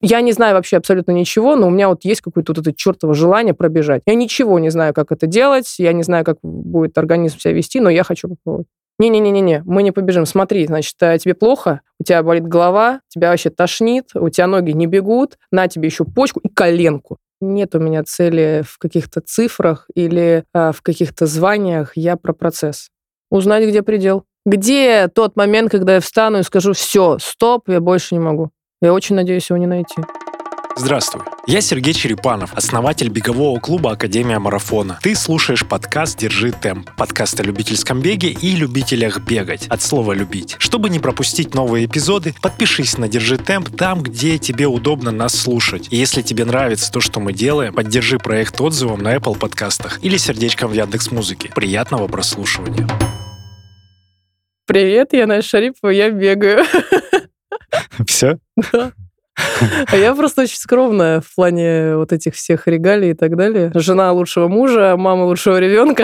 Я не знаю вообще абсолютно ничего, но у меня вот есть какое-то вот это чертово желание пробежать. Я ничего не знаю, как это делать, я не знаю, как будет организм себя вести, но я хочу попробовать. Не-не-не-не, мы не побежим. Смотри, значит, тебе плохо, у тебя болит голова, тебя вообще тошнит, у тебя ноги не бегут, на тебе еще почку и коленку. Нет у меня цели в каких-то цифрах или в каких-то званиях, я про процесс. Узнать, где предел. Где тот момент, когда я встану и скажу: все, стоп, я больше не могу. Я очень надеюсь его не найти. Здравствуй, я Сергей Черепанов, основатель бегового клуба «Академия марафона». Ты слушаешь подкаст «Держи темп», подкаст о любительском беге и любителях бегать, от слова «любить». Чтобы не пропустить новые эпизоды, подпишись на «Держи темп» там, где тебе удобно нас слушать. И если тебе нравится то, что мы делаем, поддержи проект отзывом на Apple подкастах или сердечком в Яндекс.Музыке. Приятного прослушивания. Привет, я Настя Шарипова, я бегаю. Все? Да. А я просто очень скромная в плане вот этих всех регалий и так далее. Жена лучшего мужа, мама лучшего ребенка.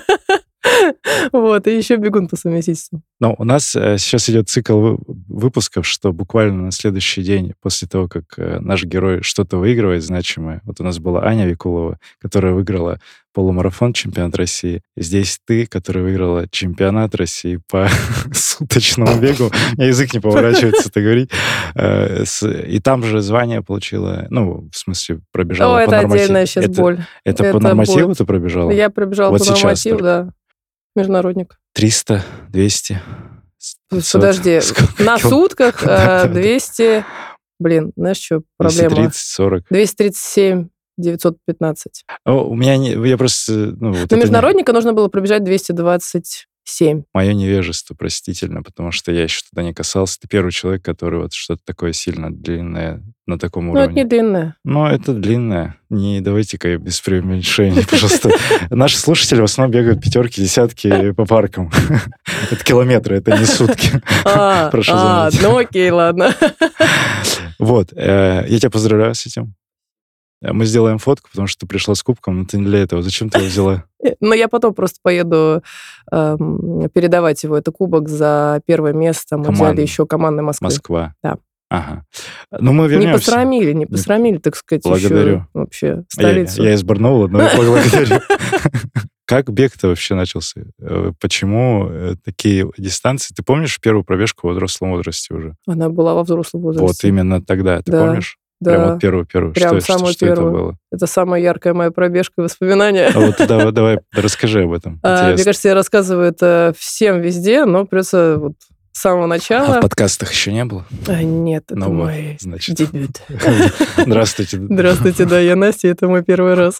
Вот, и еще бегун по совместительству. Но у нас сейчас идет цикл выпусков, что буквально на следующий день после того, как наш герой что-то выигрывает значимое. Вот у нас была Аня Викулова, которая выиграла полумарафон чемпионат России. И здесь ты, которая выиграла чемпионат России по суточному бегу. У меня язык не поворачивается это говорить. И там же звание получила, ну, в смысле, пробежала по нормативу. Это отдельная сейчас боль. Это по нормативу ты пробежала? Я пробежала вот по нормативу, да. Международник. 300, 200. 500. Подожди, на сутках 200... Блин, знаешь, что проблема? 230, 40. 237, 915. У меня я просто... Но международника нужно было пробежать 227. Мое невежество простительно, потому что я еще туда не касался. Ты первый человек, который вот что-то такое сильно длинное на таком уровне. Ну, это не длинное. Ну, это длинное. Не давайте-ка без преуменьшений, пожалуйста. Наши слушатели в основном бегают пятерки, десятки по паркам. Это километры, это не сутки. Прошу заметить. Ну окей, ладно. Вот, я тебя поздравляю с этим. Мы сделаем фотку, потому что ты пришла с кубком, но ты не для этого. Зачем ты его взяла? Но я потом просто поеду передавать его, это кубок за первое место. Мы взяли еще командной Москвы. Москва. Да. Ага. Ну, мы вернемся. Не посрамили, так сказать, благодарю. еще вообще столицу. Я из Барнаула, но я благодарю. Как бег-то вообще начался? Почему такие дистанции? Ты помнишь первую пробежку во взрослом возрасте уже? Она была во взрослом возрасте. Вот именно тогда, ты помнишь? Да. Прям вот первую-первую. Прям Что это было? Это самая яркая моя пробежка и воспоминания. А вот давай расскажи об этом. Мне кажется, я рассказываю это всем везде, но придется вот с самого начала. А в подкастах еще не было? Нет, это мой дебют. Здравствуйте. Здравствуйте, да, я Настя, это мой первый раз.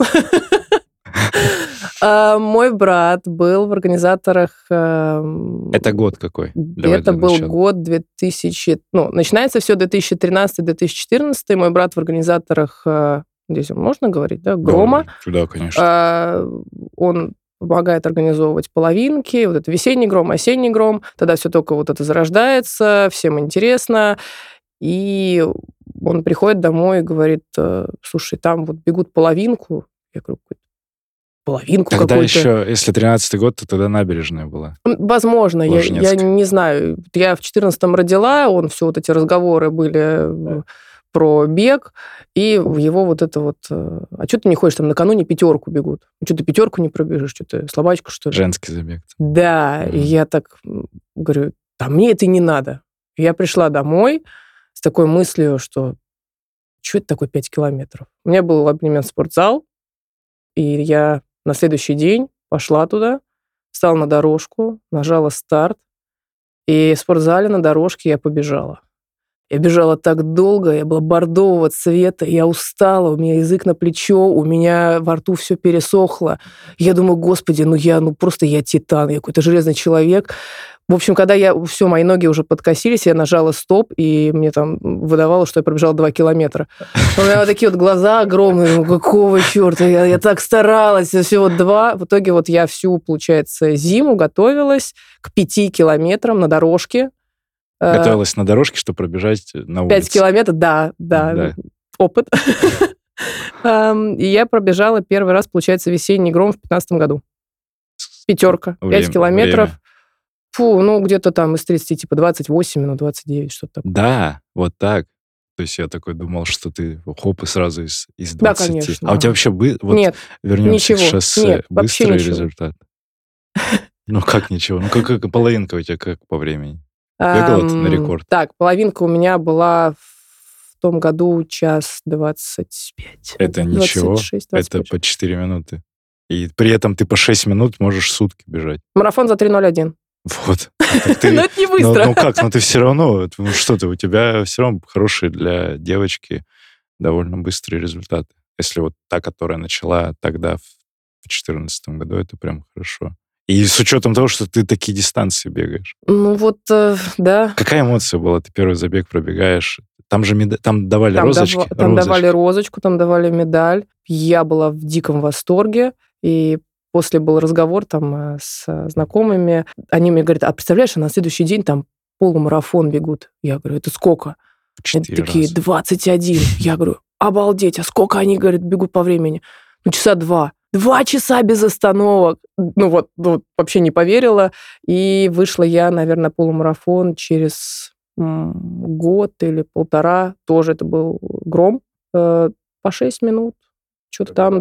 Мой брат был в организаторах... Это год какой? Это был год 2000... Ну, начинается все 2013-2014. Мой брат в организаторах... Здесь можно говорить, да? Грома. Да, конечно. Он помогает организовывать половинки, вот это весенний гром, осенний гром. Тогда все только вот это зарождается, всем интересно. И он приходит домой и говорит: слушай, там вот бегут половинку. Я говорю: половинку тогда какую-то. Еще, если 13-й год, то тогда набережная была. Возможно, я не знаю. Я в 14-м родила, все вот эти разговоры были про бег, и в его вот это вот... А что ты не ходишь, там накануне пятерку бегут? Что ты пятерку не пробежишь? Что ты слабачка, что ли? Женский забег. Да, и я так говорю: да мне это не надо. И я пришла домой с такой мыслью, что это такое 5 километров? У меня был абонемент в спортзал, и я на следующий день пошла туда, встала на дорожку, нажала старт, и в спортзале на дорожке я побежала. Я бежала так долго, я была бордового цвета, я устала, у меня язык на плечо, у меня во рту все пересохло. Я думаю: господи, я титан, я какой-то железный человек. В общем, когда мои ноги уже подкосились, я нажала стоп, и мне там выдавало, что я пробежала 2 километра. У меня вот такие вот глаза огромные, какого черта, я так старалась, всего 2. В итоге вот я всю, получается, зиму готовилась к 5 километрам на дорожке. Готовилась на дорожке, чтобы пробежать на улице. 5 километров, да. Опыт. И я пробежала первый раз, получается, весенний гром в 2015 году. Пятерка, 5 километров. Фу, где-то там из 30, 28 минут, 29, что-то такое. Да, вот так. То есть я такой думал, что ты хоп, и сразу из 20. Да, конечно. А у тебя вообще Нет, вернемся к ничего. шоссе, Нет, вообще быстрый ничего. результат? Ну, как ничего? Ну, как половинка у тебя как по времени? Бегала ты на рекорд? Так, половинка у меня была в том году 1:25. Это ничего. 26, Это 25. по 4 минуты. И при этом ты по 6 минут можешь сутки бежать. Марафон за 3:01. Вот. Но это не быстро. Ну как? Ну ты все равно... Ну что ты, у тебя все равно хорошие для девочки довольно быстрые результаты. Если вот та, которая начала тогда, в 2014 году, это прям хорошо. И с учетом того, что ты такие дистанции бегаешь. Ну вот, да. Какая эмоция была? Ты первый забег пробегаешь. Там же там давали Там розочки. там давали розочку, там давали медаль. Я была в диком восторге. И после был разговор там с знакомыми. Они мне говорят, а представляешь, на следующий день там полумарафон бегут. Я говорю, это сколько? Они 4 такие, раза. 21. Я говорю, обалдеть, а сколько они, говорят, бегут по времени? Ну, часа 2. 2 часа без остановок. Ну вот вообще не поверила. И вышла я, наверное, полумарафон через год или полтора. Тоже это был гром. По 6 минут. Что-то там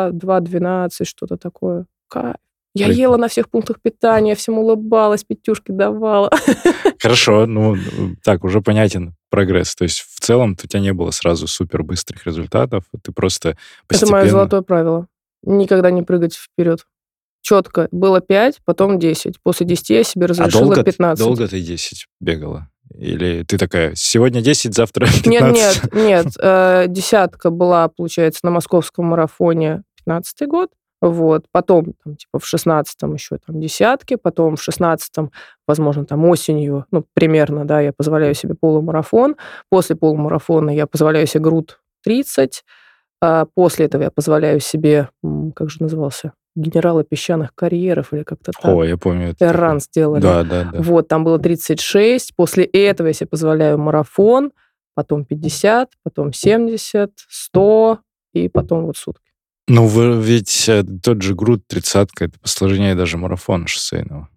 2:12, что-то такое. Кайф. Я Прикольно. ела на всех пунктах питания, всем улыбалась, пятюшки давала. Хорошо, ну так, уже понятен прогресс. То есть в целом у тебя не было сразу супер быстрых результатов, ты просто Это мое постепенно... золотое правило. Никогда не прыгать вперед. Четко. Было 5, потом 10. После 10 я себе разрешила 15. долго ты 10 бегала? Или ты такая, сегодня 10, завтра 15? Нет. Десятка была, получается, на московском марафоне 15-й год. Вот. Потом, там, типа, в 16-м еще там десятки, потом в 16-м, возможно, там осенью, ну, примерно, да, я позволяю себе полумарафон. После полумарафона я позволяю себе груд 30. После этого я позволяю себе, как же назывался, генералы песчаных карьеров или как-то так. О, я помню. Эрран сделали. Да. Вот, там было 36. После этого я себе позволяю марафон, потом 50, потом 70, 100 и потом вот сутки. Ну, ведь тот же груд 30-ка, это посложнее даже марафона шоссейного.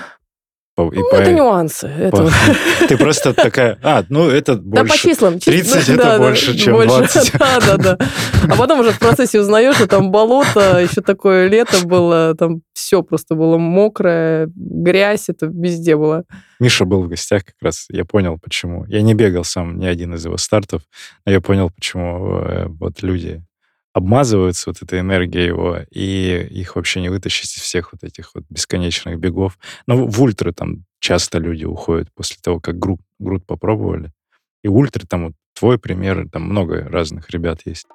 Это нюансы. Ты просто такая, это больше... Да, по числам. 30 это больше, чем 20. Да. А потом уже в процессе узнаешь, что там болото, еще такое лето было, там все просто было мокрое, грязь, это везде было. Миша был в гостях как раз, я понял, почему. Я не бегал сам ни один из его стартов, но я понял, почему вот люди обмазываются вот этой энергией его, и их вообще не вытащить из всех вот этих вот бесконечных бегов. Но в ультры там часто люди уходят после того, как груд попробовали. И ультры, там вот твой пример, там много разных ребят есть.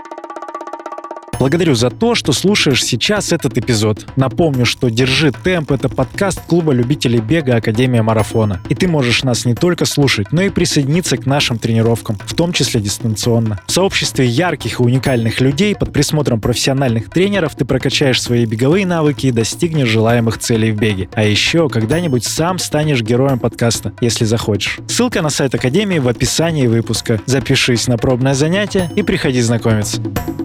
Благодарю за то, что слушаешь сейчас этот эпизод. Напомню, что «Держи темп» — это подкаст клуба любителей бега Академия Марафона. И ты можешь нас не только слушать, но и присоединиться к нашим тренировкам, в том числе дистанционно. В сообществе ярких и уникальных людей под присмотром профессиональных тренеров ты прокачаешь свои беговые навыки и достигнешь желаемых целей в беге. А еще когда-нибудь сам станешь героем подкаста, если захочешь. Ссылка на сайт Академии в описании выпуска. Запишись на пробное занятие и приходи знакомиться.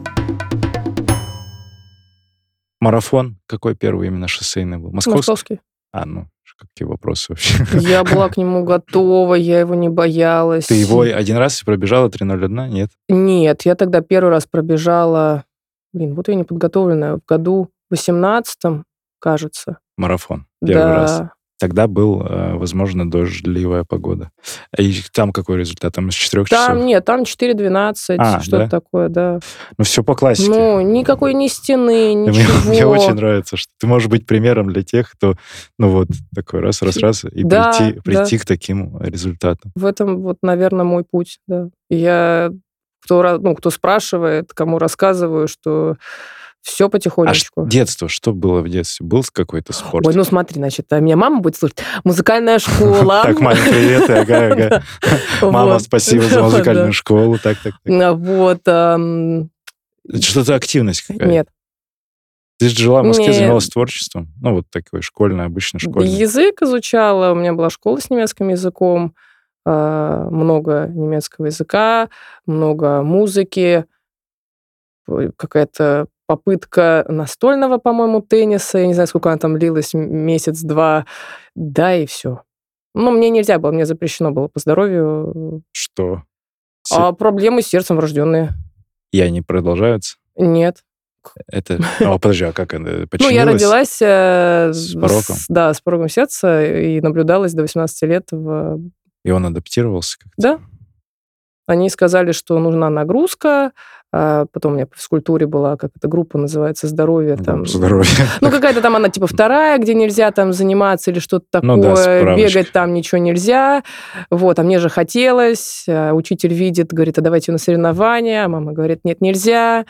Марафон какой первый именно шоссейный был? Московский. Какие вопросы вообще? Я была к нему готова, я его не боялась. Ты его один раз пробежала 3:01, нет? Нет, я тогда первый раз пробежала, вот я не подготовленная, в году 18-м, кажется. Марафон. Первый раз. Тогда был, возможно, дождливая погода. И там какой результат? Там из 4 часов? Нет, там 4:12, что-то такое, да. Ну, все по классике. Ну, никакой ни стены, ничего. Мне очень нравится, что ты можешь быть примером для тех, кто, такой раз, и прийти к таким результатам. В этом, наверное, мой путь, да. Я, кто спрашивает, кому рассказываю, что все потихонечку. А детство, что было в детстве? Был какой-то спорт? Ой, смотри, значит, меня мама будет слушать. Музыкальная школа. Так, маме, привет, ага. Мама, спасибо за музыкальную школу. Так. Вот. Что-то активность какая-то? Нет. Ты же жила в Москве, занималась творчеством? Такой школьный, обычно школьный. Язык изучала. У меня была школа с немецким языком. Много немецкого языка, много музыки. Какая-то попытка настольного, по-моему, тенниса. Я не знаю, сколько она там длилась, месяц-два. Да, и все. Мне нельзя было, мне запрещено было по здоровью. Что? А проблемы с сердцем врожденные. И они продолжаются? Нет. Это... подожди, а как это? Починилось? Я родилась с пороком? с пороком сердца и наблюдалась до 18 лет И он адаптировался как-то? Да. Они сказали, что нужна нагрузка. Потом у меня по физкультуре была, как эта группа называется, «Здоровье». Там, Здоровье. Какая-то там она типа вторая, где нельзя там заниматься или что-то такое. Бегать там ничего нельзя. А мне же хотелось. Учитель видит, говорит, а давайте на соревнования. А мама говорит, нет, нельзя.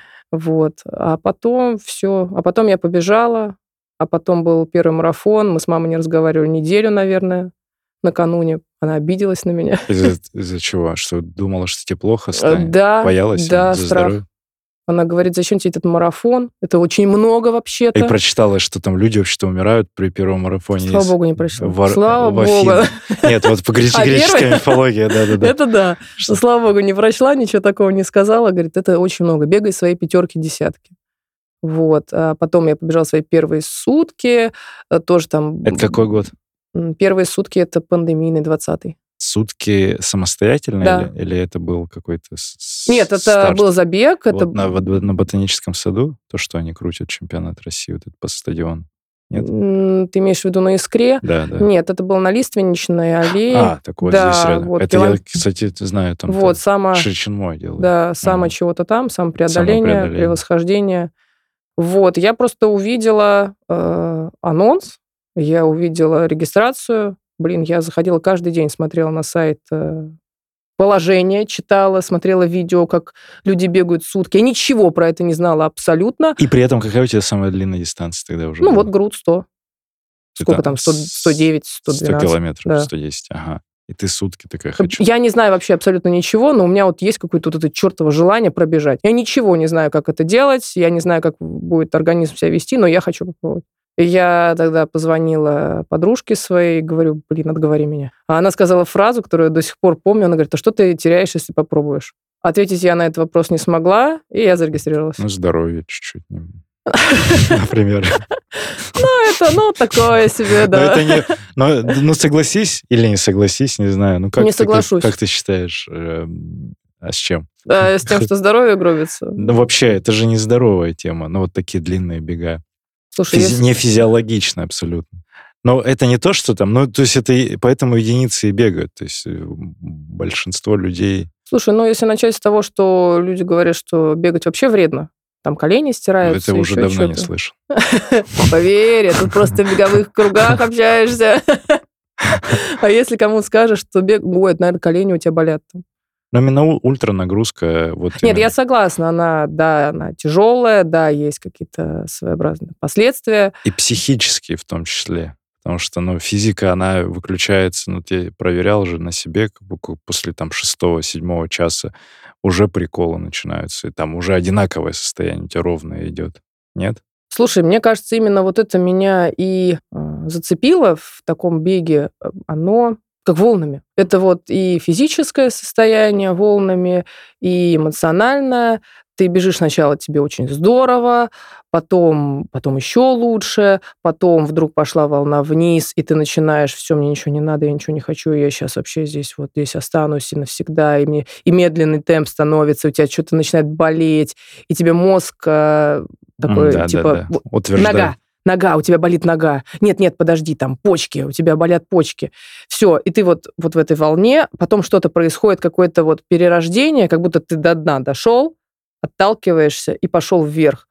А потом все. А потом я побежала. А потом был первый марафон. Мы с мамой не разговаривали неделю, наверное, накануне. Она обиделась на меня. Из-за чего? Что думала, что тебе плохо станет? Да. Боялась Да, за страх. здоровье? Она говорит, зачем тебе этот марафон? Это очень много вообще-то. И прочитала, что там люди вообще-то умирают при первом марафоне. Слава богу, не прочитала. Слава богу. Нет, по греческой мифологии, да. Это да. Слава богу, не прочла, ничего такого не сказала. Говорит, это очень много. Бегай свои пятерки, десятки. А потом я побежала свои первые сутки. Тоже там... Это какой год? Первые сутки это пандемийный, 20-й. Сутки самостоятельно? Да. Или это был какой-то Нет, это старт? был забег. Это... На Ботаническом саду? То, что они крутят чемпионат России вот этот по стадиону? Нет? Ты имеешь в виду на Искре? Да. Нет, это был на Лиственничной аллее. Так вот, здесь рядом. Это я, кстати, знаю, там Шичинмой делают. Да, чего-то там, самопреодоление, превосхождение. Я просто увидела анонс, я увидела регистрацию. Я заходила каждый день, смотрела на сайт положение, читала, смотрела видео, как люди бегают сутки. Я ничего про это не знала абсолютно. И при этом какая у тебя самая длинная дистанция тогда уже была? Груд 100. Сколько там? 109, 112. 100 километров, да. 110, ага. И ты сутки такая хочу. Я не знаю вообще абсолютно ничего, но у меня есть какое-то это чертово желание пробежать. Я ничего не знаю, как это делать, я не знаю, как будет организм себя вести, но я хочу попробовать. Я тогда позвонила подружке своей, говорю, отговори меня. А она сказала фразу, которую я до сих пор помню. Она говорит, а что ты теряешь, если попробуешь? Ответить я на этот вопрос не смогла, и я зарегистрировалась. Здоровье чуть-чуть. Например. Это, такое себе, да. Согласись или не согласись, не знаю. Не соглашусь. Как ты считаешь, а с чем? С тем, что здоровье гробится. Вообще, это же не здоровая тема. Вот такие длинные бега. Слушай, не физиологично абсолютно. Но это не то, что там... то есть это поэтому единицы и бегают. То есть большинство людей... Слушай, если начать с того, что люди говорят, что бегать вообще вредно, там колени стираются. Это уже давно не слышал. Поверь, тут просто в беговых кругах общаешься. А если кому скажешь, что бегать, наверное, колени у тебя болят. Но именно ультранагрузка... Нет, я согласна, она тяжелая, да, есть какие-то своеобразные последствия. И психические в том числе. Потому что, физика, она выключается, я проверял уже на себе, после 6-7 часа уже приколы начинаются, и там уже одинаковое состояние у тебя ровное идет. Нет? Слушай, мне кажется, именно это меня и зацепило в таком беге. Оно как волнами. Это и физическое состояние волнами, и эмоциональное. Ты бежишь сначала, тебе очень здорово, потом еще лучше, потом вдруг пошла волна вниз, и ты начинаешь, все, мне ничего не надо, я ничего не хочу, я сейчас вообще здесь останусь и навсегда, и медленный темп становится, у тебя что-то начинает болеть, и тебе мозг такой, утверждает. Нога, у тебя болит нога. Нет, подожди, там почки, у тебя болят почки. Все, и ты в этой волне, потом что-то происходит, какое-то перерождение, как будто ты до дна дошел, отталкиваешься и пошел вверх.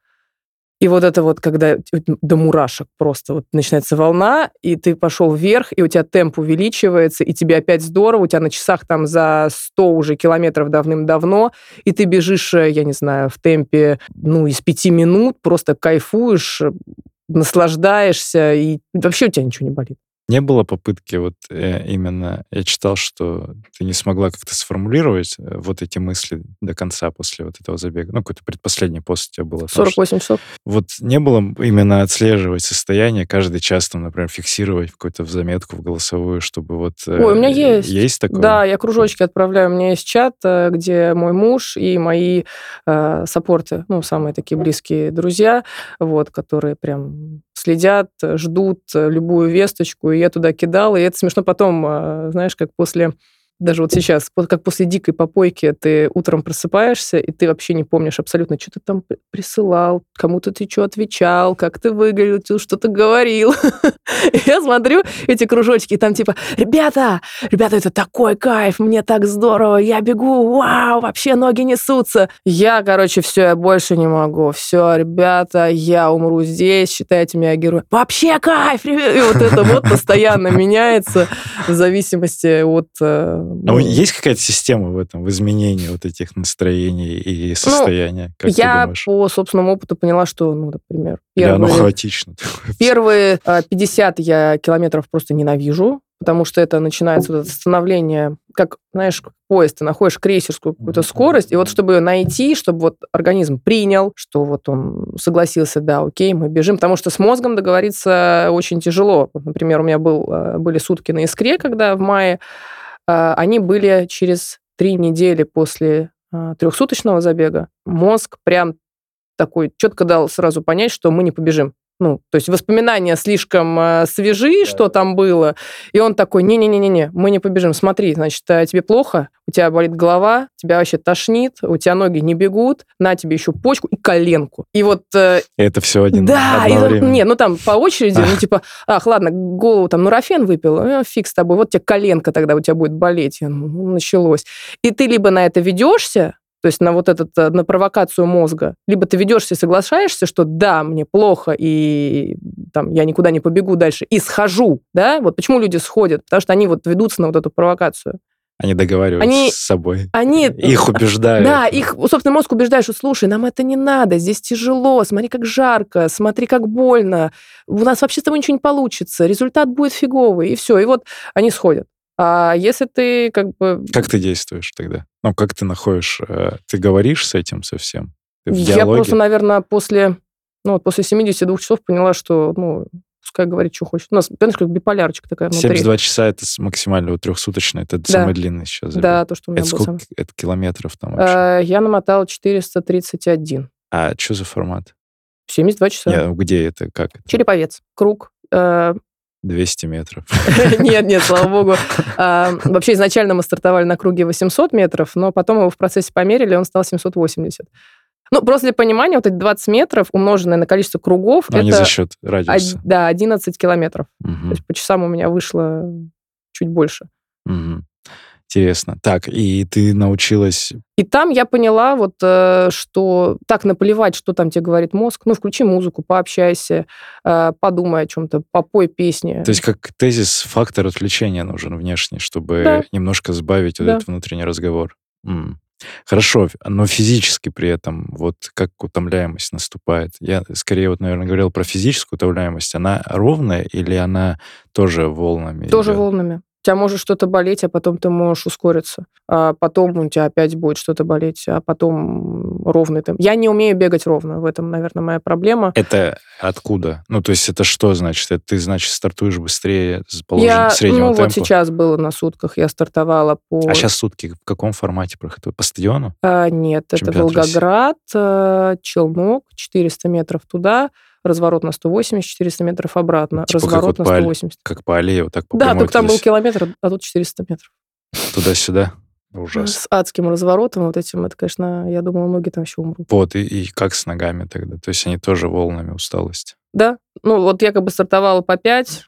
И это когда до мурашек просто начинается волна, и ты пошел вверх, и у тебя темп увеличивается, и тебе опять здорово, у тебя на часах там за 100 уже километров давным-давно, и ты бежишь, я не знаю, в темпе, из 5 минут, просто кайфуешь, наслаждаешься, и вообще у тебя ничего не болит. Не было попытки именно... Я читал, что ты не смогла как-то сформулировать эти мысли до конца после этого забега. Какой-то предпоследний пост у тебя было. 48 часов. Не было именно отслеживать состояние, каждый час, например, фиксировать какую-то заметку в голосовую, чтобы Ой, у меня есть. Есть такое? Да, я кружочки отправляю. У меня есть чат, где мой муж и мои саппорты, самые такие близкие друзья, которые прям следят, ждут любую весточку, и я туда кидала, и это смешно потом, знаешь, как после даже вот сейчас, как после дикой попойки, ты утром просыпаешься, и ты вообще не помнишь абсолютно, что ты там присылал, кому-то ты что отвечал, как ты выглядел, что ты говорил. Я смотрю эти кружочки, и там типа, ребята, это такой кайф, мне так здорово, я бегу, вау, вообще ноги несутся. Я, короче, все, я больше не могу. Все, ребята, я умру здесь, считайте меня героем. Вообще кайф! И вот это вот постоянно меняется в зависимости от... Есть какая-то система в этом, в изменении вот этих настроений и состояния? Как ты я думаешь? по собственному опыту поняла, что, например, Оно хаотично. первые 50 я километров просто ненавижу, потому что это начинается вот это становление, как, знаешь, поезд, ты находишь крейсерскую какую-то скорость, и вот чтобы ее найти, чтобы вот организм принял, что вот он согласился, да, окей, мы бежим, потому что с мозгом договориться очень тяжело. Вот, например, у меня были сутки на Искре, когда в мае, они были через 3 недели после 3-суточного забега. Мозг прям такой четко дал сразу понять, что мы не побежим. То есть воспоминания слишком свежи, что там было, и он такой, не-не-не-не, мы не побежим, смотри, значит, тебе плохо, у тебя болит голова, тебя вообще тошнит, у тебя ноги не бегут, на тебе еще почку и коленку. И вот... Это все одновременно. Там по очереди, ладно, голову там нурофен выпил, фиг с тобой, вот тебе коленка тогда у тебя будет болеть. Началось. И ты либо на это ведешься, то есть на провокацию мозга. Либо ты ведешься и соглашаешься, что да, мне плохо, и там, я никуда не побегу дальше, и схожу, да? Вот почему люди сходят? Потому что они вот ведутся на вот эту провокацию. Они договариваются с собой. Их убеждают. Да, их собственный мозг убеждает, что, слушай, нам это не надо, здесь тяжело, смотри, как жарко, смотри, как больно, у нас вообще с тобой ничего не получится, результат будет фиговый, и все. И вот они сходят. А если ты Как ты действуешь тогда? Как ты находишь... Ты говоришь с этим совсем? Ты в диалоге? Я просто, наверное, после 72 часов поняла, что, пускай говорит, что хочет. У нас, понимаешь, как биполярочка такая внутри. 72 часа — это максимально 3-суточный, это самый длинный сейчас забег. Да, то, что у меня это был сколько это километров там вообще? Я намотала 431. А что за формат? 72 часа. Нет, где это, как это? Череповец, круг. 200 метров. Нет, слава богу. Вообще изначально мы стартовали на круге 800 метров, но потом его в процессе померили, он стал 780. Просто для понимания, вот эти 20 метров, умноженное на количество кругов, это... не за счет радиуса. Да, 11 километров. Угу. То есть по часам у меня вышло чуть больше. Угу. Интересно. Так, и ты научилась... И там я поняла, что так наплевать, что там тебе говорит мозг. Включи музыку, пообщайся, подумай о чем-то, попой песни. То есть как тезис, фактор отвлечения нужен внешний, чтобы немножко сбавить вот этот внутренний разговор. Хорошо, но физически при этом, как утомляемость наступает? Я скорее, наверное, говорил про физическую утомляемость. Она ровная или она тоже волнами? Тоже волнами. У тебя может что-то болеть, а потом ты можешь ускориться. А потом у тебя опять будет что-то болеть, а потом ровный темп. Я не умею бегать ровно. В этом, наверное, моя проблема. Это откуда? То есть это что значит? Это ты, значит, стартуешь быстрее с положенного среднего темпа? Сейчас было на сутках. Я стартовала по... А сейчас сутки в каком формате проходят? По стадиону? Нет, это Волгоград, Челнок, 400 метров туда, разворот на 180, 400 метров обратно, разворот на 180. Как по аллее, вот так по Да, прямой. только там был километр, а тут 400 метров. Туда-сюда? Ужасно. С адским разворотом вот этим, это, конечно, я думала, ноги там еще умрут. И как с ногами тогда? То есть они тоже волнами усталости? Да. Я стартовала по 5,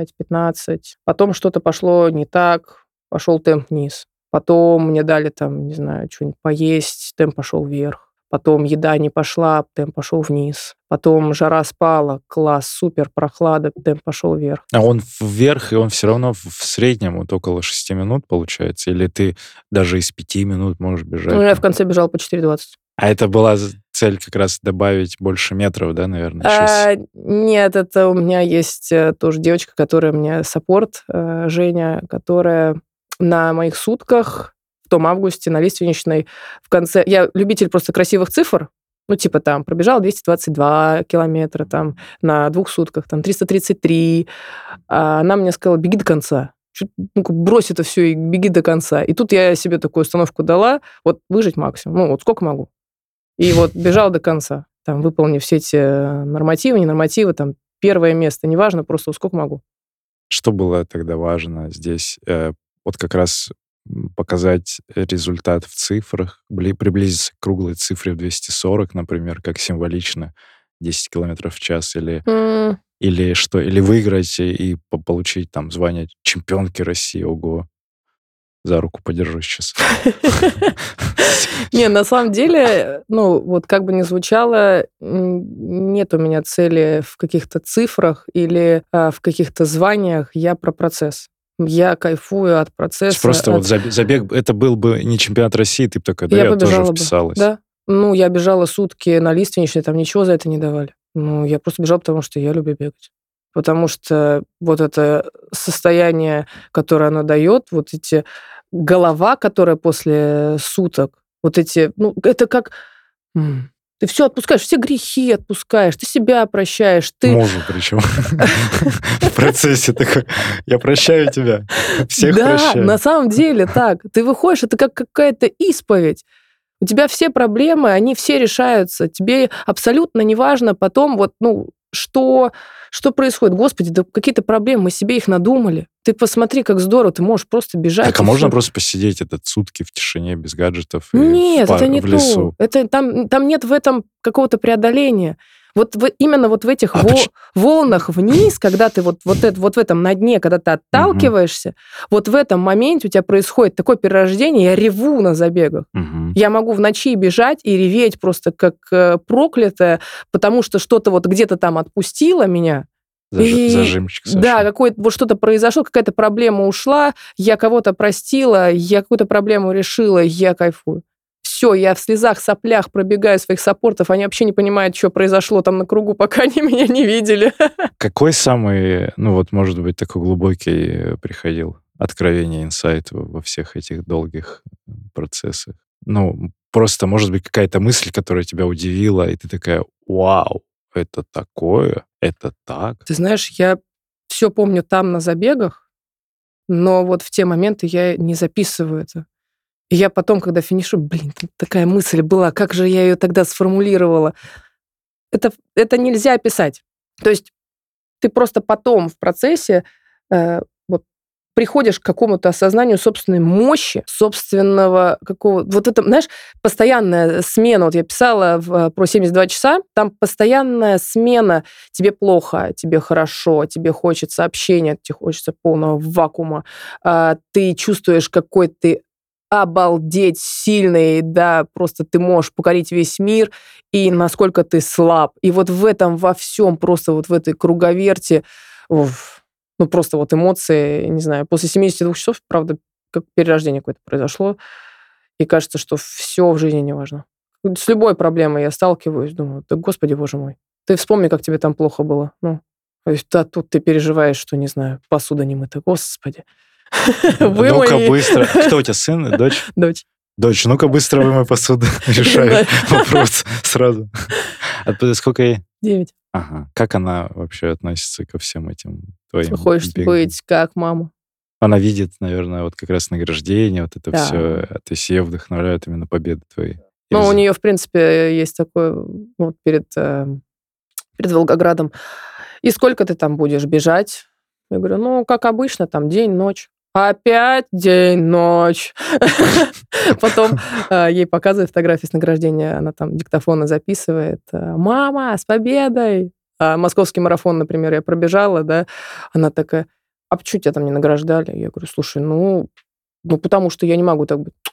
5-15, потом что-то пошло не так, пошел темп вниз. Потом мне дали там, не знаю, что-нибудь поесть, темп пошел вверх. Потом еда не пошла, темп пошел вниз. Потом жара спала, класс, супер, прохлада, темп пошел вверх. А он вверх, и он все равно в среднем около 6 минут получается? Или ты даже из 5 минут можешь бежать? Я в конце бежала по 4:20. А это была цель как раз добавить больше метров, да, наверное? Нет, это у меня есть тоже девочка, которая мне саппорт, Женя, которая на моих сутках в том августе на лиственничной в конце... Я любитель просто красивых цифр. Пробежала 222 километра, на 2 сутках, 333. А она мне сказала, беги до конца. Брось это все и беги до конца. И тут я себе такую установку дала, выжить максимум. Сколько могу. И бежала до конца. Выполнив все эти нормативы, не нормативы, первое место, неважно, просто сколько могу. Что было тогда важно здесь? Как раз показать результат в цифрах, приблизиться к круглой цифре в 240, например, как символично 10 километров в час, или что, или выиграть и получить там звание чемпионки России, ого. За руку подержу сейчас. Не, на самом деле, вот как бы ни звучало, нет у меня цели в каких-то цифрах или в каких-то званиях, я про процесс. Я кайфую от процесса. Просто вот забег, это был бы не чемпионат России, ты бы такая, да, я тоже вписалась. Да. Я бежала сутки на лиственничной, там ничего за это не давали. Я просто бежала, потому что я люблю бегать. Потому что вот это состояние, которое оно дает, вот эти голова, которая после суток, вот эти, это как... Ты все отпускаешь, все грехи отпускаешь, ты себя прощаешь. Мужу причем. В процессе такой, я прощаю тебя, всех прощаю. Да, на самом деле так. Ты выходишь, это как какая-то исповедь. У тебя все проблемы, они все решаются. Тебе абсолютно неважно потом, что происходит. Господи, да какие-то проблемы, мы себе их надумали. Ты посмотри, как здорово, ты можешь просто бежать. Так, а можно просто посидеть сутки в тишине, без гаджетов? Нет, это не в лесу? Это, там нет в этом какого-то преодоления. Вот именно вот в этих волнах вниз, когда ты вот в этом на дне, когда ты отталкиваешься, вот в этом моменте у тебя происходит такое перерождение, я реву на забегах. Я могу в ночи бежать и реветь просто как проклятая, потому что что-то вот где-то там отпустило меня. Зажимчик сошел. Да, вот что-то произошло, какая-то проблема ушла, я кого-то простила, я какую-то проблему решила, я кайфую. Все, я в слезах, соплях пробегаю своих саппортов, они вообще не понимают, что произошло там на кругу, пока они меня не видели. Какой самый, может быть, такой глубокий приходил откровение, инсайт во всех этих долгих процессах? Просто, может быть, какая-то мысль, которая тебя удивила, и ты такая, вау, это такое, это так. Ты знаешь, я все помню там на забегах, но вот в те моменты я не записываю это. И я потом, когда финиширую, такая мысль была, как же я ее тогда сформулировала. Это нельзя описать. То есть ты просто потом в процессе приходишь к какому-то осознанию собственной мощи, собственного какого-то... Вот это, знаешь, постоянная смена. Вот я писала про 72 часа, там постоянная смена. Тебе плохо, тебе хорошо, тебе хочется общения, тебе хочется полного вакуума. Ты чувствуешь, какой ты обалдеть сильный, да, просто ты можешь покорить весь мир, и насколько ты слаб. И вот в этом во всем, просто вот в этой круговерти, просто вот эмоции, не знаю, после 72 часов, правда, как перерождение какое-то произошло, и кажется, что все в жизни не важно. С любой проблемой я сталкиваюсь, думаю, да господи, боже мой, ты вспомни, как тебе там плохо было. То есть, да, тут ты переживаешь, что, не знаю, посуда не мыта, господи. Ну-ка быстро. Кто у тебя, сын и дочь? Дочь. Дочь, ну-ка быстро вымой посуду. Решаю вопрос сразу. Сколько ей? 9. Ага. Как она вообще относится ко всем этим твоим Хочет бегам? быть как мама. Она видит, наверное, вот как раз награждение, вот это все. То есть ее вдохновляют именно победы твои. У нее, в принципе, есть такое вот перед Волгоградом. И сколько ты там будешь бежать? Я говорю, как обычно, там день-ночь. Опять день-ночь. Потом ей показывают фотографии с награждения, она там диктофоны записывает. Мама, с победой! Московский марафон, например, я пробежала, да, она такая, а почему тебя там не награждали? Я говорю, слушай, потому что я не могу так быть.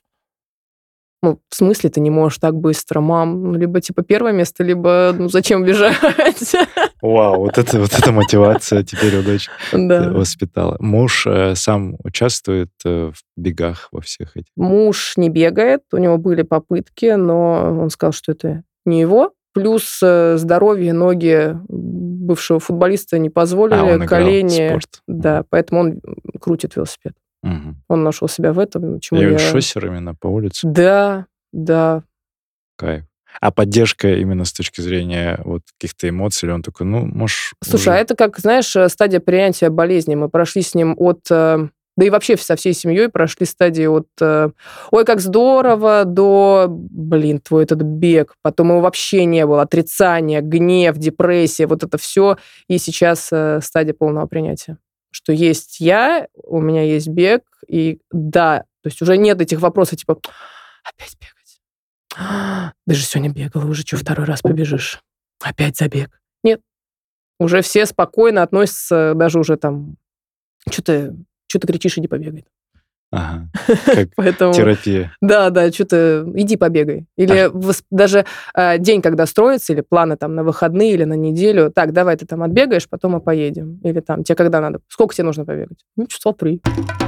В смысле ты не можешь так быстро, мам? Либо типа первое место, либо зачем бежать? Вау, вот это мотивация теперь у дочери воспитала. Муж сам участвует в бегах во всех этих? Муж не бегает, у него были попытки, но он сказал, что это не его. Плюс здоровье, ноги бывшего футболиста не позволили, колени. Спорт. Да, поэтому он крутит велосипед. Угу. Он нашел себя в этом. И шоссер именно по улице? Да. Кайф. А поддержка именно с точки зрения вот каких-то эмоций, или он такой, можешь... Слушай, а это как, знаешь, стадия принятия болезни. Мы прошли с ним да и вообще со всей семьей прошли стадии от «Ой, как здорово!» до твой этот бег. Потом его вообще не было. Отрицание, гнев, депрессия, вот это все. И сейчас стадия полного принятия. Что есть я, у меня есть бег, и да, То есть уже нет этих вопросов, типа, опять бегать. Ты же сегодня бегала, уже что, второй раз побежишь? Опять забег. Нет. Уже все спокойно относятся, даже уже там, что ты кричишь, иди побегай. Ага, как Поэтому, терапия. да, что-то иди побегай. Или даже день, когда строится, или планы там на выходные или на неделю, так, давай ты там отбегаешь, потом мы поедем. Или там, тебе когда надо? Сколько тебе нужно побегать? Часа 3.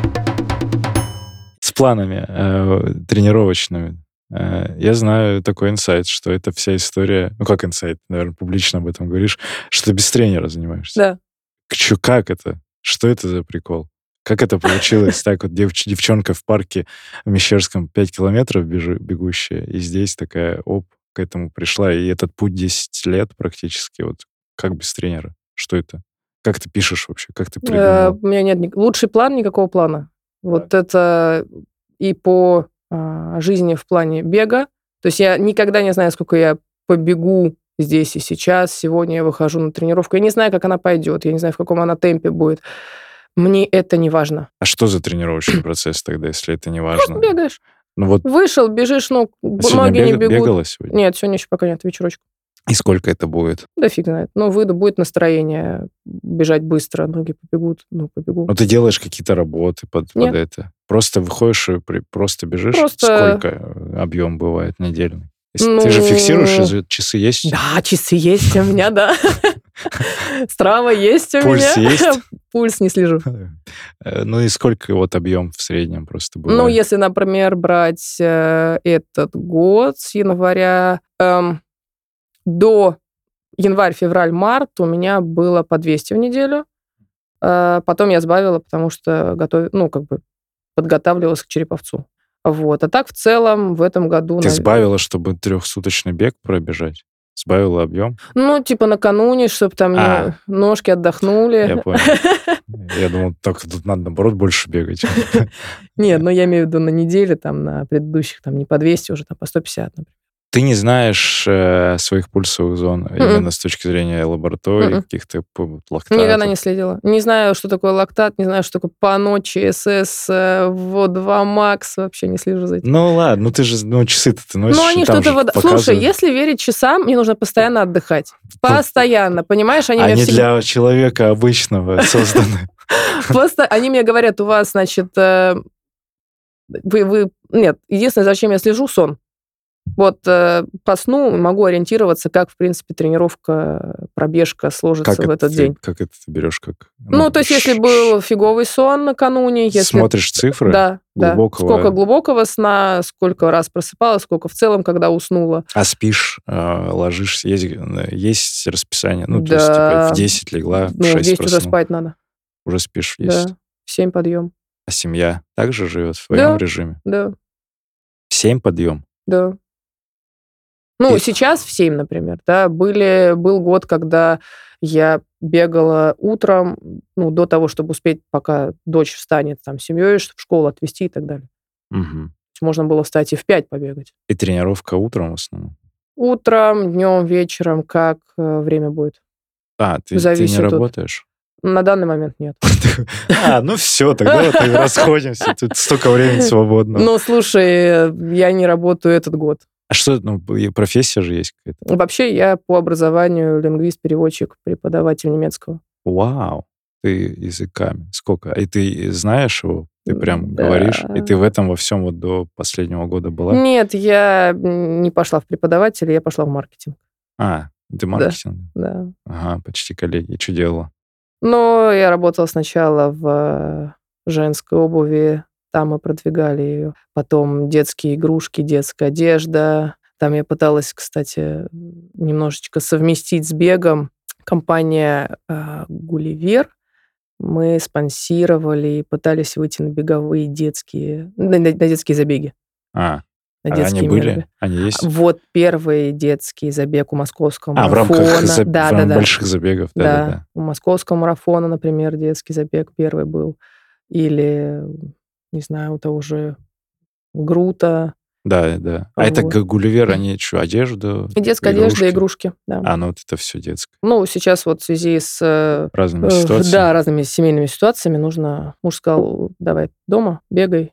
С планами тренировочными. Я знаю такой инсайт, что это вся история... Ну, как инсайт? Наверное, публично об этом говоришь, что ты без тренера занимаешься. Да. Как это? Что это за прикол? Как это получилось? Так вот девчонка в парке в Мещерском 5 километров бегущая, и здесь такая, к этому пришла. И этот путь 10 лет практически. Вот как без тренера? Что это? Как ты пишешь вообще? Как ты придумал? У меня нет лучший план, никакого плана. Вот это и по жизни в плане бега. То есть я никогда не знаю, сколько я побегу здесь и сейчас. Сегодня я выхожу на тренировку. Я не знаю, как она пойдет. Я не знаю, в каком она темпе будет. Мне это не важно. А что за тренировочный процесс тогда, если это не важно? Просто бегаешь. Ну вот. Вышел, бежишь, ноги не бегут. Бегала сегодня? Нет, сегодня еще пока нет, вечерочек. И сколько это будет? Да фиг знает. Выйду, будет настроение бежать быстро, ноги побегут, побегу. Но ты делаешь какие-то работы под это? Просто выходишь и просто бежишь? Сколько объем бывает недельный? Ты же фиксируешь, часы есть? Да, часы есть у меня, да. Страва есть у меня. Пульс есть? Пульс не слежу. Ну и сколько вот объем в среднем просто бывает? Если, например, брать этот год с января до январь, февраль, март у меня было по 200 в неделю. Потом я сбавила, потому что подготавливалась к Череповцу. Вот. А так в целом в этом году... Ты сбавила, чтобы 3-суточный бег пробежать? Сбавила объем? Накануне, чтобы там ножки отдохнули. Я понял. Я думал, только тут надо, наоборот, больше бегать. Нет, я имею в виду на неделе, там, на предыдущих, там, не по 200, уже там по 150, например. Ты не знаешь своих пульсовых зон именно с точки зрения лаборатории, каких-то лактатов? Никогда не следила. Не знаю, что такое лактат, не знаю, что такое ПАНО, ЧСС, ВО2 МАКС, вообще не слежу за этим. Ну ладно, ты же часы-то ты носишь. Они что-то... Слушай, если верить часам, мне нужно постоянно отдыхать. Постоянно, понимаешь? Они для человека обычного созданы. Просто они мне говорят, у вас, значит... Нет, единственное, зачем я слежу, сон. Вот по сну могу ориентироваться, как, в принципе, тренировка, пробежка сложится в этот день. Как это ты берешь? То есть, если был фиговый сон накануне... Смотришь цифры? Да. Глубокого... Сколько глубокого сна, сколько раз просыпалась, сколько в целом, когда уснула. А спишь, ложишься, есть расписание? То есть, в 10 легла, в 6 в 10 проснула. уже спать надо. Уже спишь, есть? Да, в 7 подъем. А семья также живет в своем режиме? Да. В 7 подъем? Да. Сейчас в 7, например, да, был год, когда я бегала утром, до того, чтобы успеть, пока дочь встанет там с семьей, чтобы в школу отвезти и так далее. Угу. Можно было встать и в 5 побегать. И тренировка утром в основном? Утром, днем, вечером, как время будет. Ты не работаешь? На данный момент нет. Все, тогда вот и расходимся. Тут столько времени свободного. Слушай, я не работаю этот год. А что, профессия же есть какая-то? Вообще, я по образованию лингвист, переводчик, преподаватель немецкого. Вау! Ты языками. Сколько? И ты знаешь его? Ты прям говоришь? И ты в этом во всем вот до последнего года была? Нет, я не пошла в преподаватели, я пошла в маркетинг. Ты маркетинг? Да. Ага, почти коллеги. И что делала? Я работала сначала в женской обуви, там мы продвигали ее. Потом детские игрушки, детская одежда. Там я пыталась, кстати, немножечко совместить с бегом. Компания «Гулливер». Мы спонсировали и пытались выйти на беговые детские... На детские забеги. Они были? Они есть? Вот первый детский забег у московского марафона. В рамках больших забегов. Да. У московского марафона, например, детский забег первый был. Или... не знаю, у того же Грута. Да. А это Гулливер, они что, одежду? И детская одежда, игрушки, да. Вот это все детское. Сейчас вот в связи с... разными ситуациями? Да, разными семейными ситуациями нужно... Муж сказал, давай дома, бегай.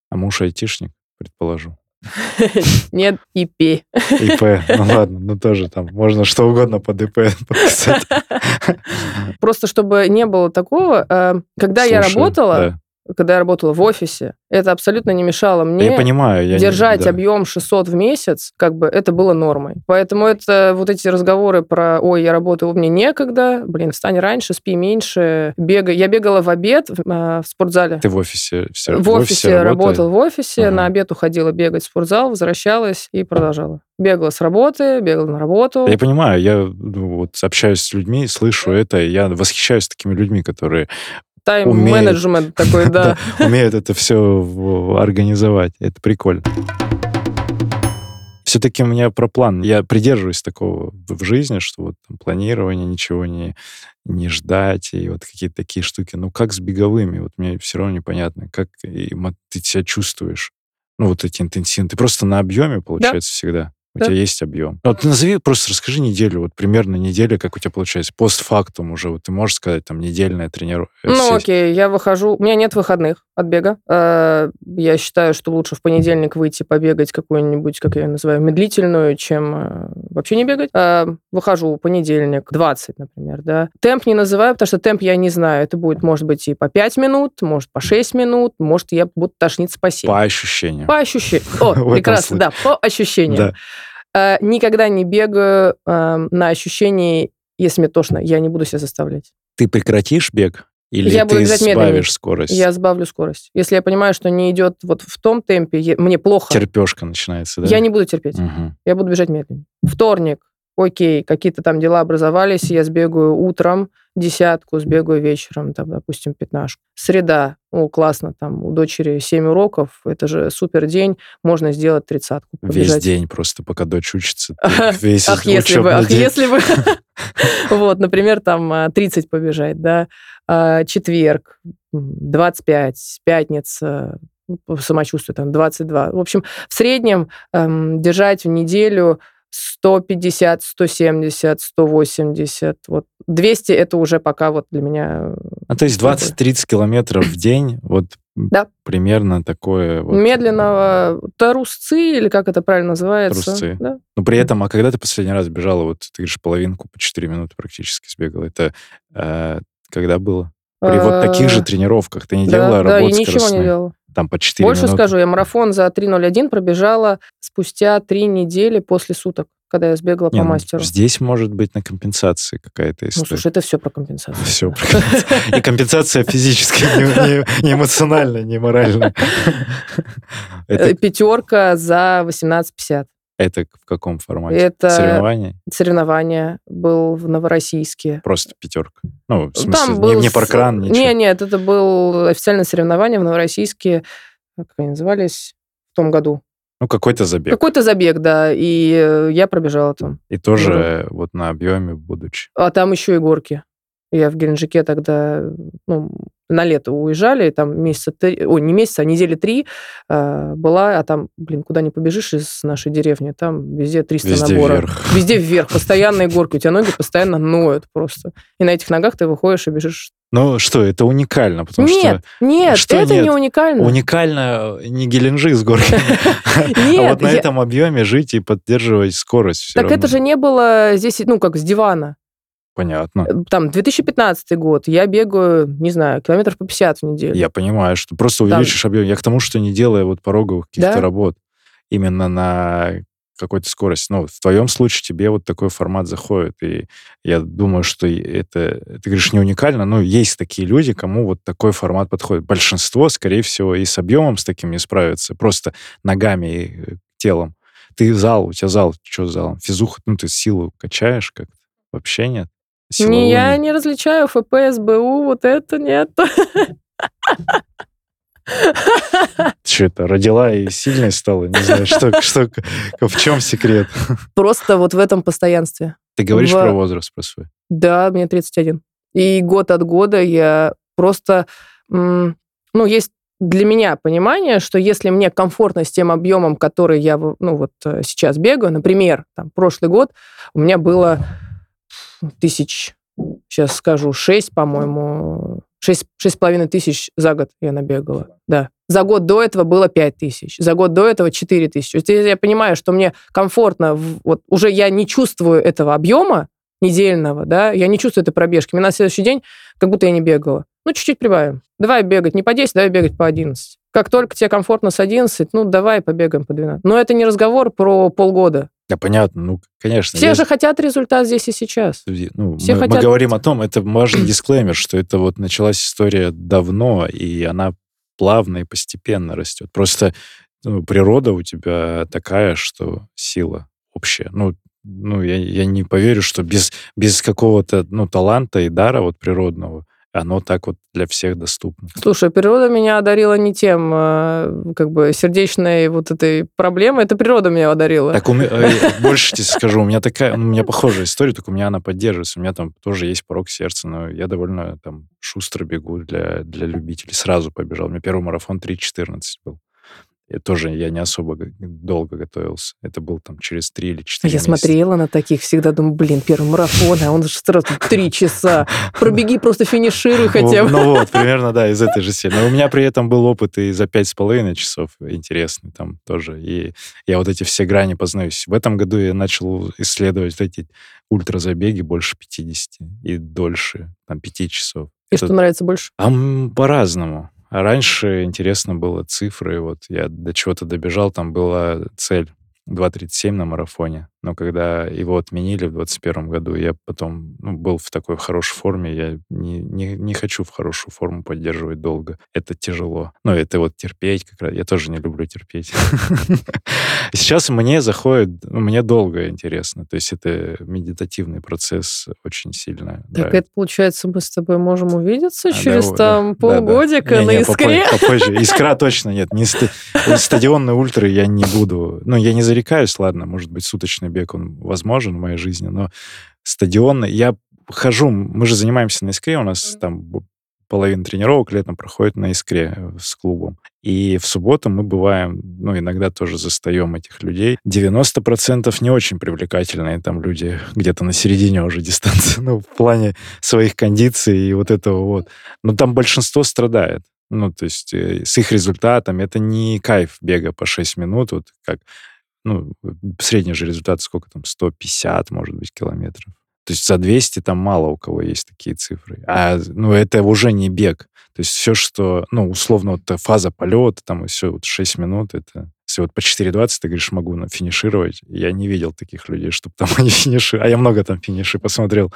А муж айтишник, предположу. Нет, ИП. ИП, ну ладно, ну тоже там можно что угодно под ИП подписать. Просто чтобы не было такого, когда я работала в офисе, это абсолютно не мешало мне Я понимаю, держать объем 600 в месяц, как бы это было нормой. Поэтому это вот эти разговоры про «Ой, я работаю, мне некогда», встань раньше, спи меньше, бегай. Я бегала в обед в спортзале. Ты в офисе все В офисе работала в офисе, на обед уходила бегать в спортзал, возвращалась и продолжала. Бегала с работы, бегала на работу. Я понимаю, я вот общаюсь с людьми, слышу это, и я восхищаюсь такими людьми, которые тайм-менеджмент такой, да. Умеют это все организовать. Это прикольно. Все-таки у меня про план. Я придерживаюсь такого в жизни, что вот там планирование, ничего не ждать, и вот какие-то такие штуки. Ну, как с беговыми? Вот мне все равно непонятно, как ты себя чувствуешь. Ну, вот эти интенсивные. Ты просто на объеме, получается, всегда. У тебя есть объем. Вот назови, просто расскажи неделю, вот примерно неделя, как у тебя получается. Постфактум уже, вот ты можешь сказать, там, недельная тренировка. Ну, окей, я выхожу. У меня нет выходных от бега. Я считаю, что лучше в понедельник выйти побегать какую-нибудь, как я ее называю, медлительную, чем вообще не бегать. Выхожу понедельник, 20, например, да. Темп не называю, потому что темп я не знаю. Это будет, может быть, и по 5 минут, может, по 6 минут, может, я буду тошниться по 7. По ощущениям. По ощущениям. О, прекрасно, да, по ощущениям. Да. Никогда не бегаю на ощущении, если мне тошно, я не буду себя заставлять. Ты прекратишь бег? Или я ты сбавишь скорость? Я сбавлю скорость. Если я понимаю, что не идет вот в том темпе, мне плохо. Терпешка начинается, да? Я не буду терпеть. Я буду бежать медленнее. Вторник. Окей, какие-то там дела образовались, я сбегаю утром 10, сбегаю вечером, там, допустим, 15. Среда. Классно, там у дочери 7 уроков, это же супер день, можно сделать 30. Весь день просто, пока дочь учится. Весь если бы. Вот, например, там 30 побежать, да. Четверг, 25, пятница, самочувствие там 22. В общем, в среднем держать в неделю 150, 170, 180, вот 200 это уже пока вот для меня... то есть 20-30 километров в день, вот да. Примерно такое... Вот... Медленного трусцы, или как это правильно называется. Трусцы. Да. Но при этом, а когда ты последний раз бежала, вот ты говоришь, половинку по 4 минуты практически сбегала, это когда было? При вот таких же тренировках ты не делала работу скоростной? Да, я ничего не делала. Там по 4 Больше минуты. Скажу, я марафон за 3:01 пробежала спустя 3 недели после суток, когда я сбегала по мастеру. Здесь может быть на компенсации какая-то история. Слушай, это все про компенсацию. Все про компенсацию. И компенсация физическая, не эмоциональная, не моральная. 5 за 18:50. Это в каком формате? Это соревнования. Был в Новороссийске. Просто 5. Ну, в смысле, не паркран, ничего? Нет, это было официальное соревнование в Новороссийске. Как они назывались в том году? Ну, какой-то забег. Какой-то забег, да. И я пробежала там. И тоже вот на объеме будучи. А там еще и горки. Я в Геленджике тогда, на лето уезжали, там недели 3 была, а там, куда не побежишь из нашей деревни, там везде 300 наборов. Вверх. Везде вверх, постоянные горки, у тебя ноги постоянно ноют просто. И на этих ногах ты выходишь и бежишь. Ну что, это уникально, потому Нет, это не уникально. Уникально не Геленджик с горками, а вот на этом объеме жить и поддерживать скорость все равно. Так это же не было здесь, как с дивана. Понятно. Там 2015 год, я бегаю, не знаю, километров по 50 в неделю. Я понимаю, что просто увеличишь объем. Я к тому, что не делая вот пороговых каких-то работ именно на какой-то скорости. Ну, в твоем случае тебе вот такой формат заходит. И я думаю, что это, ты говоришь, не уникально, но есть такие люди, кому вот такой формат подходит. Большинство, скорее всего, и с объемом с таким не справится, просто ногами и телом. Ты у тебя зал, что с залом? Физуха, ты силу качаешь как-то? Вообще нет? Я не различаю ФП, СБУ, вот это нет. Что это, родила и сильной стала? Не знаю, в чем секрет? Просто вот в этом постоянстве. Ты говоришь про возраст про свой? Да, мне 31. И год от года я просто... есть для меня понимание, что если мне комфортно с тем объемом, который я сейчас бегаю, например, прошлый год у меня было 6, по-моему, 6,5 тысяч за год я набегала. Да, За год до этого было 5 тысяч, за год до этого 4 тысячи. Здесь я понимаю, что мне комфортно, вот уже я не чувствую этого объема недельного, да, я не чувствую этой пробежки. Мне на следующий день как будто я не бегала. Ну, чуть-чуть прибавим. Давай бегать не по 10, давай бегать по 11. Как только тебе комфортно с 11, ну, давай побегаем по 12. Но это не разговор про полгода. Да, понятно, ну, конечно. Все же хотят результат здесь и сейчас. Ну, Все мы хотят... говорим о том, это важный дисклеймер, что это вот началась история давно, и она плавно и постепенно растет. Просто природа у тебя такая, что сила общая. Ну я не поверю, что без какого-то таланта и дара вот природного оно так вот для всех доступно. Слушай, природа меня одарила не тем, как бы, сердечной вот этой проблемой, это природа меня одарила. Так больше тебе скажу, у меня похожая история, только у меня она поддерживается. У меня там тоже есть порок сердца, но я довольно там шустро бегу для любителей. Сразу побежал. У меня первый марафон 3:14 был. И тоже я не особо долго готовился. Это был там через 3 или 4 Я месяца. смотрела на таких, всегда думаю, первый марафон, а он же сразу 3 часа. Пробеги, просто финишируй хотя бы. Ну вот, примерно, да, из этой же серии. Но у меня при этом был опыт и за 5,5 часов интересный там тоже. И я вот эти все грани познаюсь. В этом году я начал исследовать эти ультразабеги больше 50 и дольше, там, 5 часов. И что нравится больше? По-разному. А раньше интересно было цифры. Вот я до чего-то добежал, там была цель 2:37 на марафоне. Но когда его отменили в 2021 году, я потом был в такой хорошей форме. Я не хочу в хорошую форму поддерживать долго. Это тяжело. Но это вот терпеть как раз. Я тоже не люблю терпеть. Сейчас мне заходит, мне долго интересно. То есть это медитативный процесс очень сильно. Так это, получается, мы с тобой можем увидеться через там полгодика на Искре? Попозже. Искра точно нет. Стадионные ультры я не буду. Ну, я не зарекаюсь, ладно, может быть, суточный бег, он возможен в моей жизни, но стадионный... Я хожу, мы же занимаемся на Искре, у нас там половина тренировок летом проходит на Искре с клубом. И в субботу мы бываем, иногда тоже застаем этих людей. 90% не очень привлекательные там люди, где-то на середине уже дистанции, в плане своих кондиций и вот этого вот. Но там большинство страдает. То есть с их результатом это не кайф бега по 6 минут, вот как, средний же результат сколько там, 150, может быть, километров. То есть за 200 там мало у кого есть такие цифры. А, это уже не бег. То есть все, что, условно, вот фаза полета, там, и все, вот 6 минут, это... Если вот по 4:20 ты говоришь, могу финишировать, я не видел таких людей, чтобы там они финишировали. А я много там финишей посмотрел.